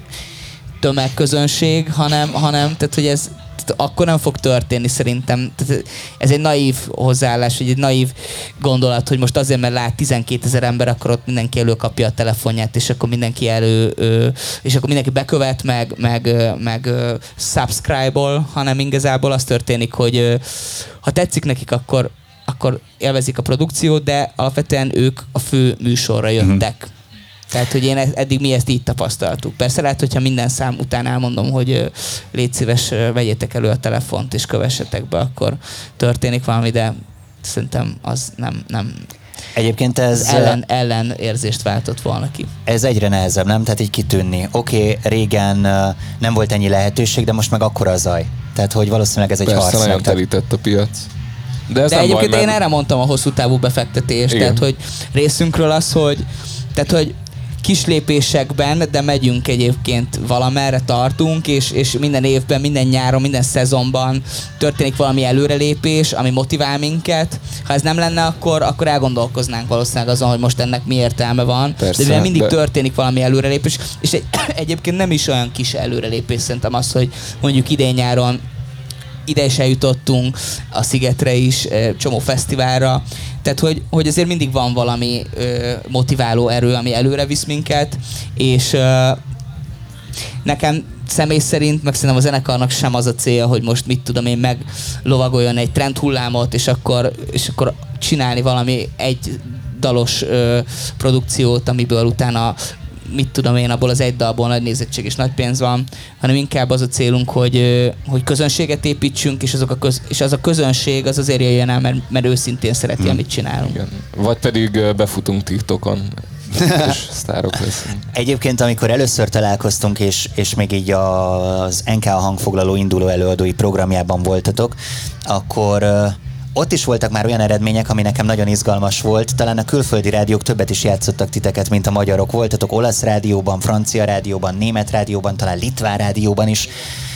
tömegközönség, hanem, hanem tehát, hogy ez akkor nem fog történni szerintem. Tehát ez egy naív hozzáállás, vagy egy naív gondolat, hogy most azért, mert lát tizenkétezer ember, akkor ott mindenki előkapja a telefonját, és akkor mindenki elő, és akkor mindenki bekövet, meg, meg, meg subscribe-ol, hanem igazából az történik, hogy ha tetszik nekik, akkor, akkor élvezik a produkciót, de alapvetően ők a fő műsorra jöttek. Mm-hmm. Tehát, hogy én eddig mi ezt így tapasztaltuk. Persze lehet, hogyha minden szám után elmondom, hogy légy szíves, vegyétek elő a telefont és kövessetek be, akkor történik valami, de szerintem az nem, nem Egyébként ez ellen, ellen érzést váltott volna ki. Ez egyre nehezebb, nem? Tehát így kitűnni. Oké, okay, régen nem volt ennyi lehetőség, de most meg akkora a zaj. Tehát, hogy valószínűleg ez egy harc. Persze, nagyon telített a piac. De, ez de egyébként baj, én mert... erre mondtam a hosszú távú befektetést. Igen. Tehát, hogy részünkről az, hogy tehát, hogy kis lépésekben, de megyünk egyébként valamerre tartunk, és, és minden évben, minden nyáron, minden szezonban történik valami előrelépés, ami motivál minket. Ha ez nem lenne, akkor, akkor elgondolkoznánk valószínűleg azon, hogy most ennek mi értelme van. Persze, de mivel mindig de... történik valami előrelépés, és egy, egyébként nem is olyan kis előrelépés szerintem az, hogy mondjuk idén nyáron ide is eljutottunk, a Szigetre is, csomó fesztiválra, tehát hogy, hogy azért mindig van valami ö, motiváló erő, ami előre visz minket, és ö, nekem személy szerint, meg szerintem a zenekarnak sem az a célja, hogy most mit tudom én, meglovagoljon egy trendhullámot, és akkor, és akkor csinálni valami egy dalos ö, produkciót, amiből utána mit tudom én, abból az egy dalból nagy nézettség és nagy pénz van, hanem inkább az a célunk, hogy, hogy közönséget építsünk, és, azok a köz, és az a közönség az azért jöjjön el, mert, mert őszintén szereti, hmm. amit csinálunk. Igen. Vagy pedig befutunk TikTokon, és sztárok leszünk. Egyébként, amikor először találkoztunk, és, és még így az en ká hangfoglaló induló előadói programjában voltatok, akkor ott is voltak már olyan eredmények, ami nekem nagyon izgalmas volt. Talán a külföldi rádiók többet is játszottak titeket, mint a magyarok. Voltatok olasz rádióban, francia rádióban, német rádióban, talán litván rádióban is.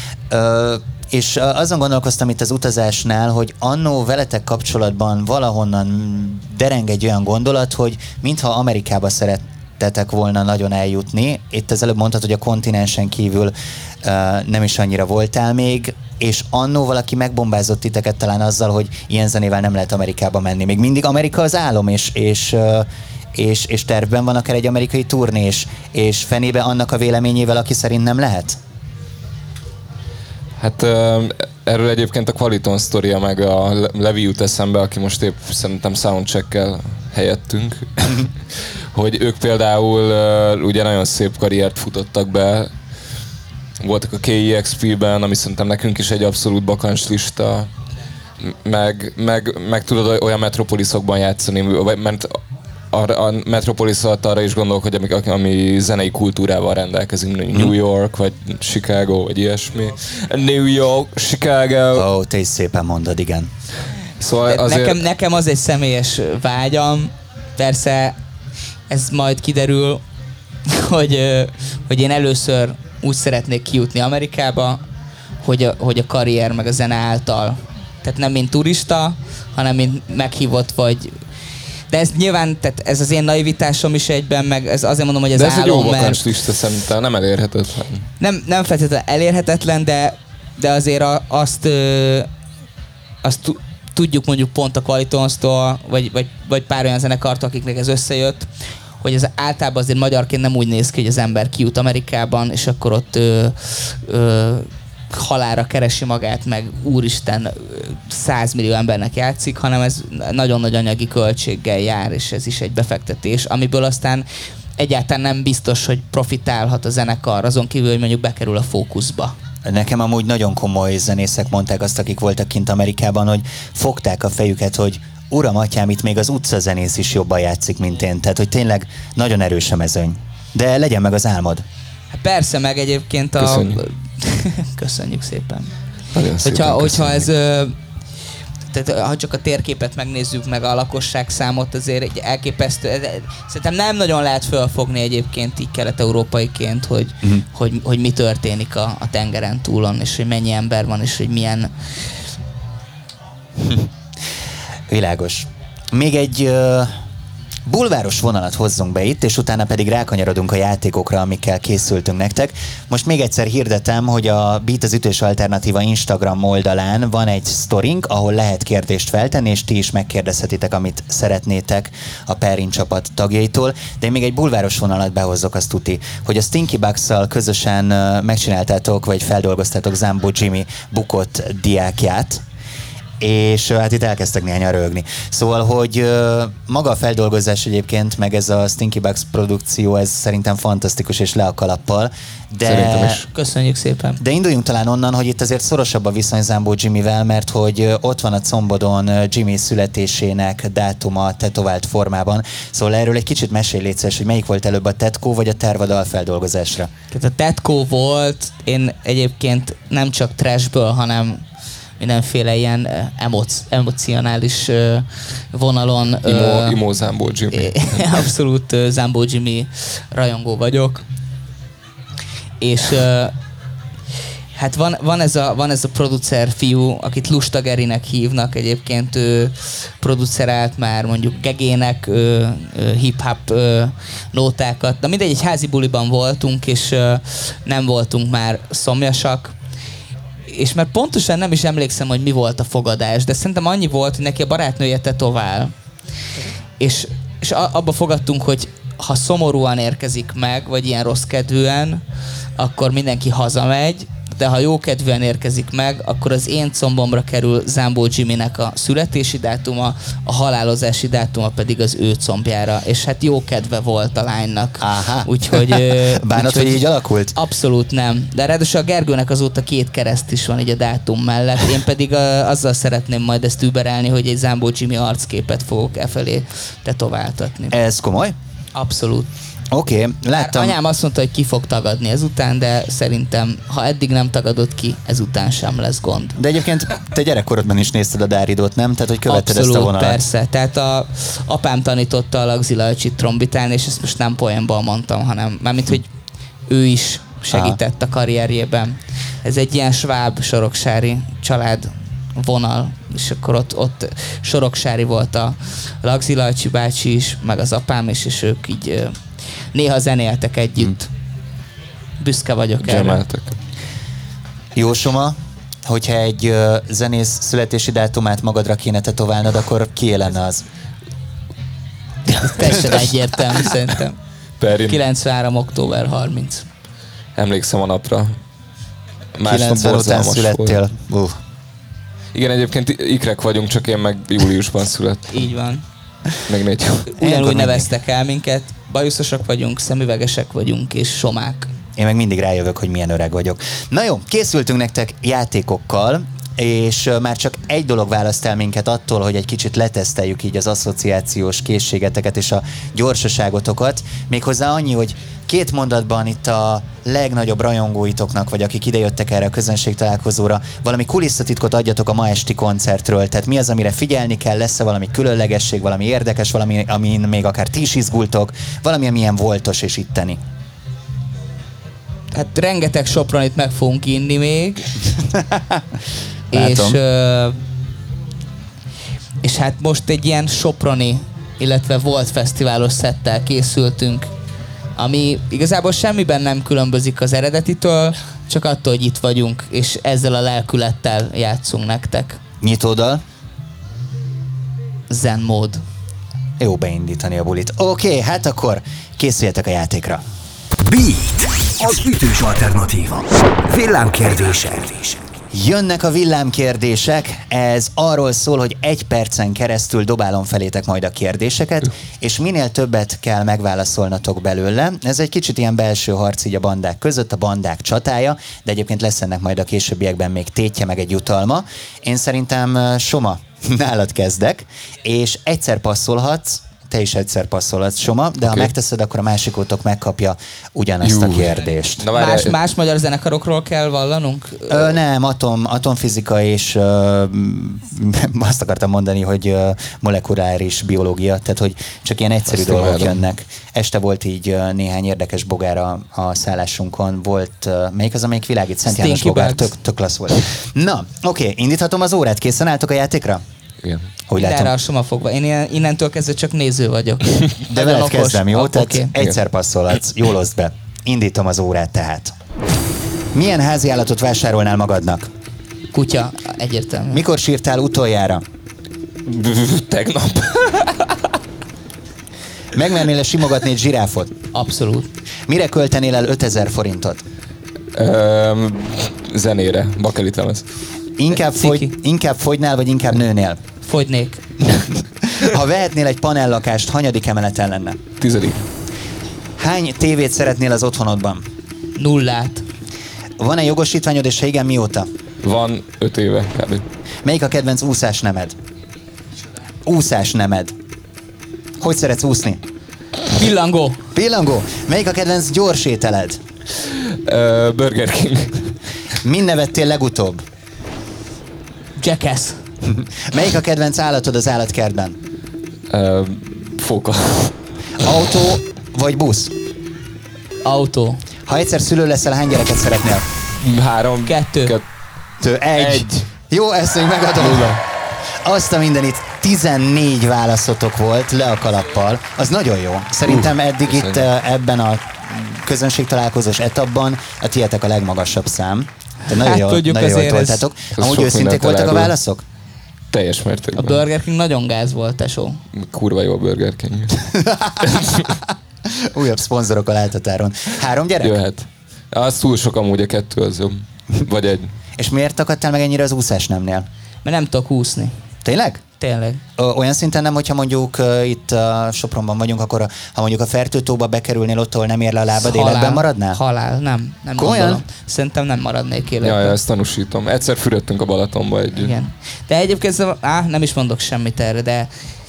Ö, és azon gondolkoztam itt az utazásnál, hogy annó veletek kapcsolatban valahonnan dereng egy olyan gondolat, hogy mintha Amerikába szerettetek volna nagyon eljutni. Itt az előbb mondtad, hogy a kontinensen kívül uh, nem is annyira voltál még, és annó valaki megbombázott titeket talán azzal, hogy ilyen zenével nem lehet Amerikába menni. Még mindig Amerika az álom, és, és, és, és tervben van akár egy amerikai turnés, és fenébe annak a véleményével, aki szerint nem lehet? Hát erről egyébként a Qualiton sztoria, meg a Levi jut eszembe, aki most épp szerintem soundcheckkel helyettünk, hogy ők például ugye nagyon szép karriert futottak be, voltak a ká i exp ben, ami szerintem nekünk is egy abszolút bakancslista, meg, meg, meg tudod olyan metropoliszokban játszani, mert a, a Metropolis alatt arra is gondolok, hogy ami, ami zenei kultúrával rendelkezünk, New York, vagy Chicago, vagy ilyesmi. New York, Chicago. Ó, oh, te is szépen mondod, igen. Szóval azért... nekem, nekem az egy személyes vágyam, persze ez majd kiderül, hogy, hogy én először úgy szeretnék kijutni Amerikába, hogy a, hogy a karrier meg a zene által. Tehát nem mint turista, hanem mint meghívott vagy. De ez nyilván, tehát ez az én naivitásom is egyben, meg ez azért mondom, hogy ez álom, mert... De ez egy jó bakancslista szerintem, nem elérhetetlen. Nem, nem feltétlenül elérhetetlen, de, de azért a, azt, ö, azt tudjuk mondjuk pont a Qualitonstól, vagy, vagy, vagy pár olyan zenekartól, akiknek ez összejött, hogy ez általában azért magyarként nem úgy néz ki, hogy az ember kijut Amerikában, és akkor ott ö, ö, halálra keresi magát, meg úristen százmillió embernek játszik, hanem ez nagyon nagy anyagi költséggel jár, és ez is egy befektetés, amiből aztán egyáltalán nem biztos, hogy profitálhat a zenekar, azon kívül, hogy mondjuk bekerül a fókuszba. Nekem amúgy nagyon komoly zenészek mondták azt, akik voltak kint Amerikában, hogy fogták a fejüket, hogy uram, atyám, itt még az utcazenész is jobban játszik, mint én. Tehát, hogy tényleg nagyon erős a mezőny. De legyen meg az álmod. Hát persze, meg egyébként a... Köszönjük. Köszönjük szépen. Nagyon szépen hogyha, köszönjük. hogyha ez... Tehát ha csak a térképet megnézzük, meg a lakosságszámot, azért egy elképesztő... Szerintem nem nagyon lehet fölfogni egyébként így kelet-európaiként, hogy, uh-huh. hogy, hogy mi történik a, a tengeren túlon, és hogy mennyi ember van, és hogy milyen... Világos. Még egy uh, bulváros vonalat hozzunk be itt, és utána pedig rákanyarodunk a játékokra, amikkel készültünk nektek. Most még egyszer hirdetem, hogy a Beat az ütős alternatíva Instagram oldalán van egy sztorink, ahol lehet kérdést feltenni, és ti is megkérdezhetitek, amit szeretnétek a Perrin csapat tagjaitól. De én még egy bulváros vonalat behozzok, azt tuti, hogy a Stinky Bugs-szal közösen uh, megcsináltátok, vagy feldolgoztátok Zambó Jimmy bukott diákját, és hát itt elkezdtek néhányan röhögni. Szóval, hogy uh, maga a feldolgozás egyébként, meg ez a Stinky Bugs produkció, ez szerintem fantasztikus és le a kalappal. De, Köszönjük szépen. De induljunk talán onnan, hogy itt azért szorosabb a viszony Zambó Jimmyvel, mert hogy ott van a combodon Jimmy születésének dátuma tetovált formában. Szóval erről egy kicsit mesélj, légy szíves, hogy melyik volt előbb, a tetkó vagy a terv a dalfeldolgozásra? Tehát a tetkó volt, én egyébként nem csak trashből, hanem mindenféle ilyen emoc, emocionális vonalon. Imo, imo Zambó Jimmy. Abszolút Zambó Jimmy rajongó vagyok. És hát van, van, ez a, van ez a producer fiú, akit Lusta Gerinek hívnak, egyébként ő producerált már mondjuk Gegének hip-hop nótákat. De mindegy, egy házi buliban voltunk, és nem voltunk már szomjasak, és mert pontosan nem is emlékszem, hogy mi volt a fogadás, de szerintem annyi volt, hogy neki a barátnője tetovál. És, és abba fogadtunk, hogy ha szomorúan érkezik meg, vagy ilyen rossz kedvűen, akkor mindenki hazamegy, de ha jókedvűen érkezik meg, akkor az én combomra kerül Zambó Jimmynek a születési dátuma, a halálozási dátuma pedig az ő combjára. És hát jó kedve volt a lánynak. Aha. Úgyhogy... Bánat, hogy így alakult? Abszolút nem. De ráadásul a Gergőnek azóta két kereszt is van így a dátum mellett. Én pedig a, azzal szeretném majd ezt überelni, hogy egy Zambó Jimmy arcképet fogok e felé tetováltatni. Ez komoly? Abszolút. Oké, okay, láttam. Anyám azt mondta, hogy ki fog tagadni ezután, de szerintem, ha eddig nem tagadott ki, ezután sem lesz gond. De egyébként te gyerekkorodban is nézted a Dáridót, nem? Tehát, hogy követted Abszolút, ezt a vonalat? Persze. Tehát a apám tanította a Lagzi Lajcsit trombitálni, és ezt most nem poénból mondtam, hanem mármint, hogy ő is segített a karrierjében. Ez egy ilyen sváb soroksári család vonal, és akkor ott, ott soroksári volt a Lagzi Lajcsi bácsi is, meg az apám is, és ők így néha zenéltek együtt. Büszke vagyok erre. Jósoma, hogyha egy uh, zenész születési dátumát magadra kéne tetoválnod, akkor kié lenne az? Teljesen egyértelmű szerintem. Perrin. kilencvenhárom október harminc. Emlékszem a napra. kilencven után születtél. Uh. Igen, egyébként ikrek vagyunk, csak én meg júliusban születtem. Így van. Meg négy. Ugyanúgy neveztek el minket, bajuszosak vagyunk, szemüvegesek vagyunk, és somák. Én meg mindig rájövök, hogy milyen öreg vagyok. Na jó, készültünk nektek játékokkal, és már csak egy dolog választ el minket attól, hogy egy kicsit leteszteljük így az asszociációs készségeteket és a gyorsaságotokat. Méghozzá annyi, hogy két mondatban itt a legnagyobb rajongóitoknak, vagy akik idejöttek erre a közönségtalálkozóra, valami kulisszatitkot adjatok a ma esti koncertről. Tehát mi az, amire figyelni kell, lesz-e valami különlegesség, valami érdekes, valami, amin még akár ti is izgultok, valami, amilyen voltos és itteni. Hát rengeteg sopronit meg fogunk inni még. és, uh, és hát most egy ilyen soproni, illetve volt fesztiválos szettel készültünk, ami igazából semmiben nem különbözik az eredetitől, csak attól, hogy itt vagyunk, és ezzel a lelkülettel játszunk nektek. Nyitódal? Zen mód. Jó beindítani a bulit. Oké, okay, hát akkor készüljetek a játékra. Beat az ütős alternatíva. Villámkérdések. Jönnek a villámkérdések, ez arról szól, hogy egy percen keresztül dobálom felétek majd a kérdéseket, és minél többet kell megválaszolnatok belőle. Ez egy kicsit ilyen belső harc így a bandák között, a bandák csatája, de egyébként lesz ennek majd a későbbiekben még tétje, meg egy jutalma. Én szerintem, Soma, nálad kezdek, és egyszer passzolhatsz, te is egyszer passzolhatsz, Soma, de okay. ha megteszed, akkor a másikótok megkapja ugyanazt Jú. a kérdést. Na, más, más magyar zenekarokról kell vallanunk? Ö, nem, atom, atomfizika és ö, azt akartam mondani, hogy ö, molekuláris biológia, tehát hogy csak ilyen egyszerű azt dolgok jönnek. Este volt így ö, néhány érdekes bogár a, a szállásunkon. Volt, ö, melyik az, amelyik világít? Szent János bogár, tök, tök klassz volt. Na, oké, okay, indíthatom az órát, készen álltok a játékra? Igen. Hogy látom? Erre a Soma fogva. Én innentől kezdve csak néző vagyok. De veled kezdem, jó? Ah, tehát okay. egyszer passzolhatsz. Jól oszd be. Indítom az órát tehát. Milyen háziállatot vásárolnál magadnak? Kutya, egyértelmű. Mikor sírtál utoljára? Tegnap. Megmernél-e simogatni egy zsiráfot? Abszolút. Mire költenél el ötezer forintot? Um, zenére, bakelit lemez. Inkább, fogy, inkább fogynál, vagy inkább nőnél? Fogynék. Ha vehetnél egy panellakást, hanyadik emeleten lenne? Tizedik. Hány tévét szeretnél az otthonodban? Nullát. Van-e jogosítványod, és ha igen, mióta? Van öt éve kb. Melyik a kedvenc úszás nemed? Úszás nemed. Hogy szeretsz úszni? Pillangó. Pillangó. Melyik a kedvenc gyors ételed? Uh, Burger King. Min nevettél legutóbb? Jackass. Melyik a kedvenc állatod az állatkertben? Uh, fóka. Autó vagy busz? Autó. Ha egyszer szülő leszel, hány gyereket szeretnél? Három. Kettő. Kettő. Egy. Egy. Jó, ezt még megadom. Nulla. Azt a mindenit, tizennégy válaszotok volt le a kalappal. Az nagyon jó. Szerintem uh, eddig itt uh, ebben a közönségtalálkozós etapban a tietek a legmagasabb szám. Te nagyon hát jól, tudjuk, nagyon jól toltátok. Amúgy őszinték voltak a válaszok? Teljes mértékben. A Burger King nagyon gáz volt, tesó. Kurva jó a Burger King. Újabb szponzorok a láthatáron. Három gyerek? Jöhet. Az túl sok amúgy, a kettő az jobb. Vagy egy. És miért akadtál meg ennyire az úszás nemnél? Mert nem tudok úszni. Tényleg? Tényleg. Olyan szinten nem, hogyha mondjuk uh, itt uh, Sopronban vagyunk, akkor a, ha mondjuk a Fertőtóba bekerülnél, ott, ahol nem ér le a lábad, halál, életben maradnál? Halál, nem. nem Komolyan? Szerintem nem maradnék életben. Ja, ezt tanúsítom. Egyszer fürödtünk a Balatonba együtt. Igen. De egyébként, á, nem is mondok semmit erre, de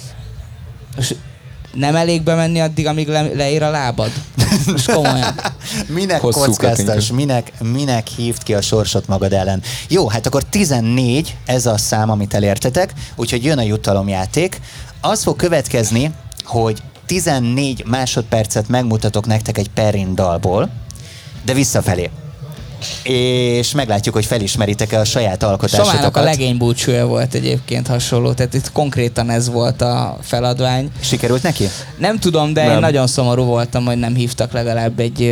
nem elég bemenni addig, amíg le, leír a lábad? Most komolyan. Minek kockáztas, minek, minek hívd ki a sorsot magad ellen? Jó, hát akkor tizennégy ez a szám, amit elértetek, úgyhogy jön a jutalomjáték. Az fog következni, hogy tizennégy másodpercet megmutatok nektek egy Perrin dalból, de visszafelé. És meglátjuk, hogy felismeritek-e a saját alkotásotokat. Somának a legény búcsúja volt egyébként hasonló, tehát itt konkrétan ez volt a feladvány. Sikerült neki? Nem tudom, de nem. Én nagyon szomorú voltam, hogy nem hívtak legalább egy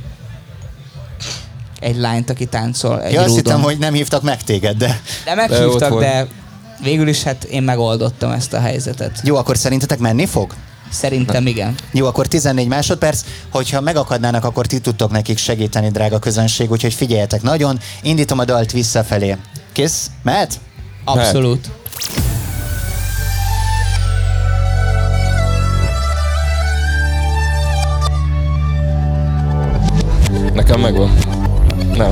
egy lányt, aki táncol egy ja, rúdon. Azt hittem, hogy nem hívtak meg téged, de... De meghívtak, de, de végül is hát én megoldottam ezt a helyzetet. Jó, akkor szerintetek menni fog? Szerintem igen. Jó, akkor tizennégy másodperc, hogyha megakadnának, akkor ti tudtok nekik segíteni, drága közönség, úgyhogy figyeljetek nagyon. Indítom a dalt visszafelé. Kész? Mehet? Abszolút. Nekem megvan. Nem.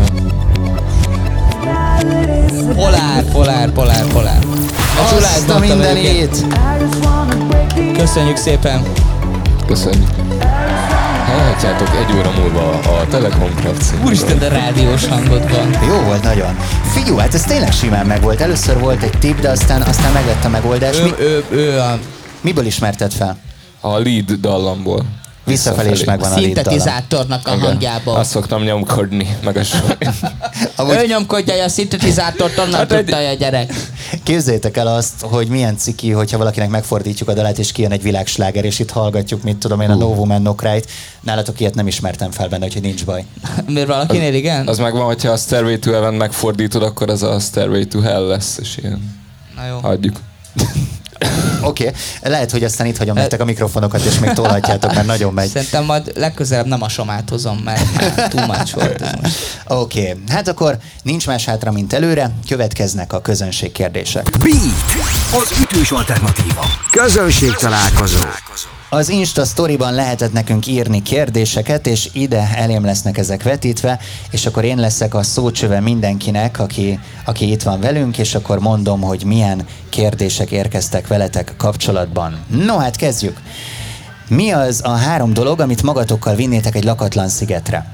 Polár, polár, polár, polár. Azt a mindenit! Köszönjük szépen! Köszönjük. Hallhatjátok egy óra múlva a Telekom Club. Úristen, de rádiós hangod van. Jó volt nagyon. Figyú, hát ez tényleg simán megvolt. Először volt egy tip, de aztán, aztán meglett a megoldás. Ő, Mi, ő, ő a... Miből ismerted fel? A lead dallamból. Visszafelé is megvan a lead dallam. Szintetizátornak a hangjából. Azt szoktam nyomkodni, meg a sor. Amúgy... Ő nyomkodja a szintetizátort, onnan hát tudta egy... a gyerek. Képzeljétek el azt, hogy milyen ciki, hogyha valakinek megfordítjuk a dalát, és kijön egy világsláger, és itt hallgatjuk, mit tudom én, a No Woman No Cry-t. Nálatok ilyet nem ismertem fel benne, úgyhogy nincs baj. Miért valakinél igen? Az megvan, hogyha a Stairway to Heaven megfordítod, akkor az a Stairway to Hell lesz, és ilyen. Na jó. Hagyjuk. Oké, okay. Lehet, hogy aztán itt hagyom nektek a mikrofonokat, és még tolhatjátok, mert nagyon megy. Szerintem majd legközelebb nem a somát hozom, mert már túl much volt ez most. Oké, okay. Hát akkor nincs más hátra, mint előre, következnek a közönség kérdések. Beat, az ütős alternatíva. Közönség találkozó. Az Insta Storyban lehetett nekünk írni kérdéseket, és ide elém lesznek ezek vetítve, és akkor én leszek a szócsöve mindenkinek, aki, aki itt van velünk, és akkor mondom, hogy milyen kérdések érkeztek veletek kapcsolatban. No, hát kezdjük. Mi az a három dolog, amit magatokkal vinnétek egy lakatlan szigetre?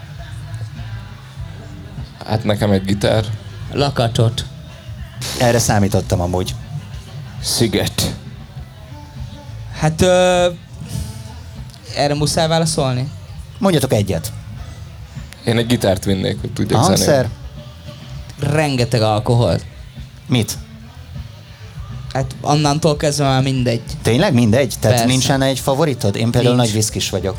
Hát nekem egy gitár. Lakatot. Erre számítottam amúgy. Sziget. Hát ö, erre muszáj válaszolni? Mondjatok egyet. Én egy gitárt vinnék, hogy tudjak zenélni. Hangszer? Rengeteg alkohol. Mit? Hát onnantól kezdve már mindegy. Tényleg mindegy? Tehát Persze. nincsen egy favoritod? Én például Nincs. nagy viszkis vagyok.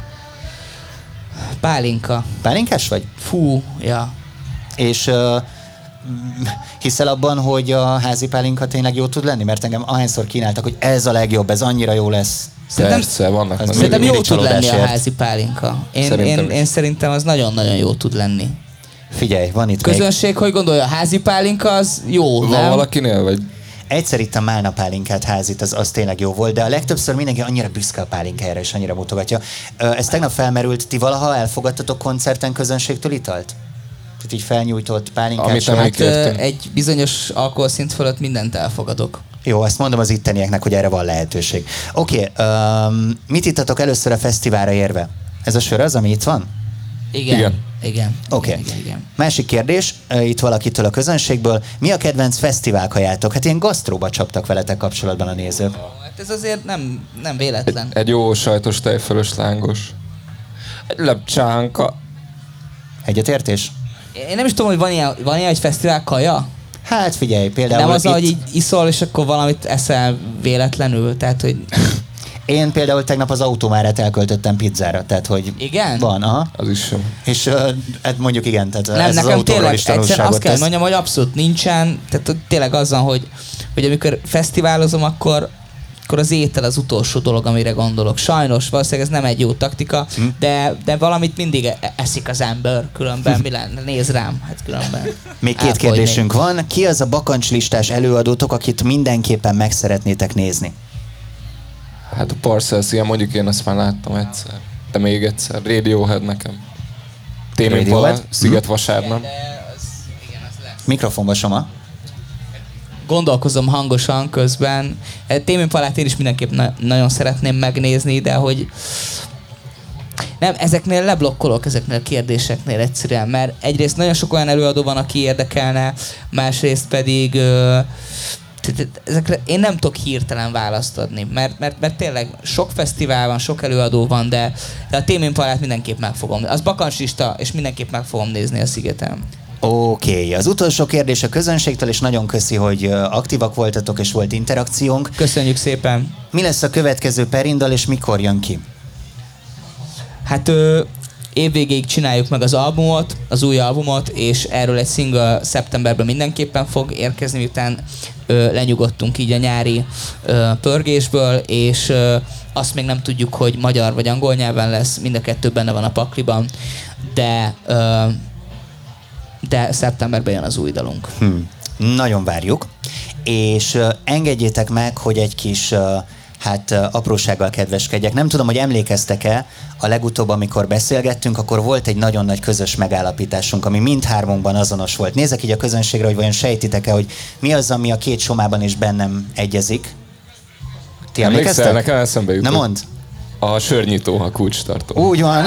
Pálinka. Pálinkás vagy? Fú, ja. És uh, hiszel abban, hogy a házi pálinka tényleg jó tud lenni? Mert engem ahányszor kínáltak, hogy ez a legjobb, ez annyira jó lesz. Szerintem, Persze, vannak. Ez szerintem mindig jó tud lenni a csalódásért. házi pálinka. Én, Szerintem én, is. én szerintem az nagyon-nagyon jó tud lenni. Figyelj, van itt még. Közönség, hogy gondolja, a házi pálinka az jó, Van nem? valakinél, vagy? Egyszer ittam málna pálinkát házit, az, az tényleg jó volt, de a legtöbbször mindenki annyira büszke a pálinkájára, és annyira mutogatja. Ö, Ez tegnap felmerült, ti valaha elfogadtatok koncerten közönségtől italt? Tehát így felnyújtott pálinkát. Amit nem sört? Hát Kértem. ö, egy bizonyos alkoholszint fölött mindent elfogadok. Jó, azt mondom az ittenieknek, hogy erre van lehetőség. Oké, okay, um, mit ittatok először a fesztiválra érve? Ez a sör az, ami itt van? Igen. Igen. Igen. Oké. Igen, igen, igen. Másik kérdés, uh, itt valakitől a közönségből. Mi a kedvenc fesztiválkajátok? Hát ilyen gasztróba csaptak veletek kapcsolatban a nézők. Hát ez azért nem, nem véletlen. Egy jó sajtos tejfölös lángos. Egy lepcsánka. Egyetértés? Én nem is tudom, hogy van ilyen, van ilyen egy fesztivál kaja? Hát figyelj, például Nem az, itt... hogy így iszol, és akkor valamit eszel véletlenül, tehát hogy... Én például tegnap az autómárát elköltöttem pizzára, tehát hogy Igen? van, aha. Az is sem. És uh, hát mondjuk igen, tehát Nem, ez az nekem autóról tényleg is egyszerűen tanulságot azt kell tesz. mondjam, hogy abszolút nincsen, tehát hogy tényleg az van, hogy, hogy amikor fesztiválozom, akkor, akkor az étel az utolsó dolog, amire gondolok. Sajnos, valószínűleg ez nem egy jó taktika, hm. de, de valamit mindig e- eszik az ember, különben mi lenne? Nézd rám, hát különben. Még két elfogynék. kérdésünk van. Ki az a bakancslistás előadótok, akit mindenképpen meg szeretnétek nézni? Hát a Parcells, ilyen mondjuk én azt már láttam egyszer. De még egyszer. Radiohead nekem. Tame Impala, Radiohead? Sziget vasárnap. De az, igen, az lesz. Mikrofonba, Soma. Gondolkozom hangosan közben. Tame Impalát én is mindenképp na- nagyon szeretném megnézni, de hogy nem, ezeknél leblokkolok, ezeknél a kérdéseknél egyszerűen, mert egyrészt nagyon sok olyan előadó van, aki érdekelne, másrészt pedig ö, t- t- ezekre én nem tudok hirtelen választ adni, mert, mert, mert tényleg sok fesztivál van, sok előadó van, de, de a Tame Impalát mindenképp meg fogom. Az bakancslista, és mindenképp meg fogom nézni a Szigeten. Oké, okay. Az utolsó kérdés a közönségtől, és nagyon köszi, hogy ö, aktívak voltatok, és volt interakciónk. Köszönjük szépen! Mi lesz a következő Perindal, és mikor jön ki? Hát ö, évvégéig csináljuk meg az albumot, az új albumot, és erről egy single szeptemberben mindenképpen fog érkezni, miután ö, lenyugodtunk így a nyári ö, pörgésből, és ö, azt még nem tudjuk, hogy magyar vagy angol nyelven lesz, mind a kettő benne van a pakliban, de, ö, de szeptemberben jön az új dalunk. Hm. Nagyon várjuk, és uh, engedjétek meg, hogy egy kis uh, hát uh, aprósággal kedveskedjek. Nem tudom, hogy emlékeztek-e, a legutóbb, amikor beszélgettünk, akkor volt egy nagyon nagy közös megállapításunk, ami mindhármunkban azonos volt. Nézek így a közönségre, hogy vajon sejtitek-e, hogy mi az, ami a két Somában is bennem egyezik. Ti Emlékszel, emlékeztek? nekem eszembe jutott. Na mondd. A sörnyitó, a kulcstartó. Úgy van.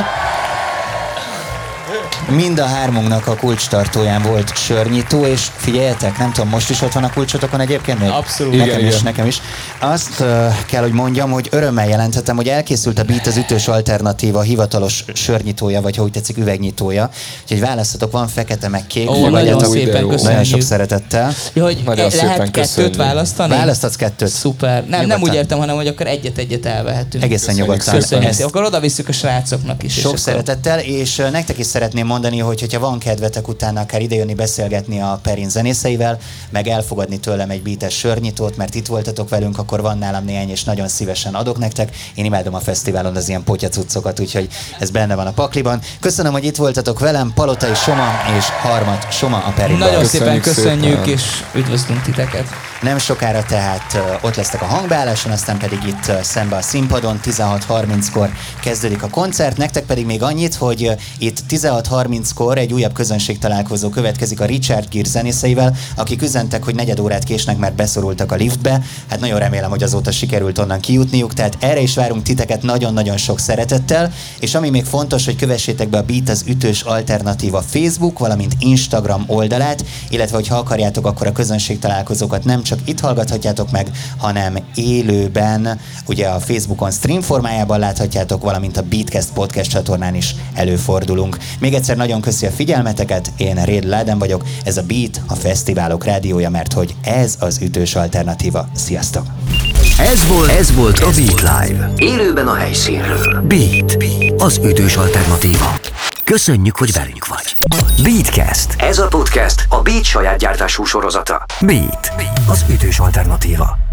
Mind a hármunknak a kulcstartóján volt sörnyitó, és figyeljetek, nem tudom, most is ott van a kulcsotokon egyébként még? Abszolút. Nekem Igen, is, igen. nekem is. Azt uh, kell, hogy mondjam, hogy örömmel jelenthetem, hogy elkészült a Beat az ütős alternatíva hivatalos sörnyitója, vagy ha úgy tetszik, üvegnyitója. Úgyhogy választatok, van fekete meg kék. Ó, fogadjátok nagyon de szépen jó. köszönjük. nagyon sok szeretettel. Ja, hogy Nagyon e- szépen lehet kettőt köszönjük. választani? Választatsz kettőt. Szuper. Nem, nem Nyugodtan. úgy értem, hanem hogy akkor egyet-egyet elvehetünk. Egészen Köszönjük nyugodtan. Köszönjük. Ezt Akkor oda visszük a srácoknak is. és sok akkor- szeretettel, és uh, nektek is szeretném mondani, hogy hogyha van kedvetek utána akár idejönni beszélgetni a Perin zenészeivel, meg elfogadni tőlem egy beates sörnyitót, mert itt voltatok velünk, akkor van nálam néhány, és nagyon szívesen adok nektek. Én imádom a fesztiválon az ilyen potyacuccokat, úgyhogy ez benne van a pakliban. Köszönöm, hogy itt voltatok velem, Palotai Soma és Harmat Soma a Perinben. Nagyon szépen köszönjük, szépen. És üdvözlünk titeket. Nem sokára tehát ott lesztek a hangbeálláson, aztán pedig itt szembe a színpadon, tizenhat harminckor kezdődik a koncert, nektek pedig még annyit, hogy itt tizenhat harminckor egy újabb közönségtalálkozó következik a Richard Gere zenészeivel, akik üzentek, hogy negyed órát késnek, mert beszorultak a liftbe. Hát nagyon remélem, hogy azóta sikerült onnan kijutniuk, tehát erre is várunk titeket nagyon-nagyon sok szeretettel, és ami még fontos, hogy kövessétek be a Beat az ütős alternatíva Facebook, valamint Instagram oldalát, illetve hogyha akarjátok, akkor a közönségtalálkozókat nem csak itt hallgathatjátok meg, hanem élőben, ugye a Facebookon stream formájában láthatjátok, valamint a Beatcast podcast csatornán is előfordulunk. Még egyszer nagyon köszi a figyelmeteket, én Réd Láden vagyok, ez a Beat, a fesztiválok rádiója, mert hogy ez az ütős alternatíva. Sziasztok! Ez volt, ez volt a Beat Live. Élőben a helyszínről. Beat, az ütős alternatíva. Köszönjük, hogy velünk vagy. Beatcast. Ez a podcast a Beat saját gyártású sorozata. Beat, az ütős alternatíva.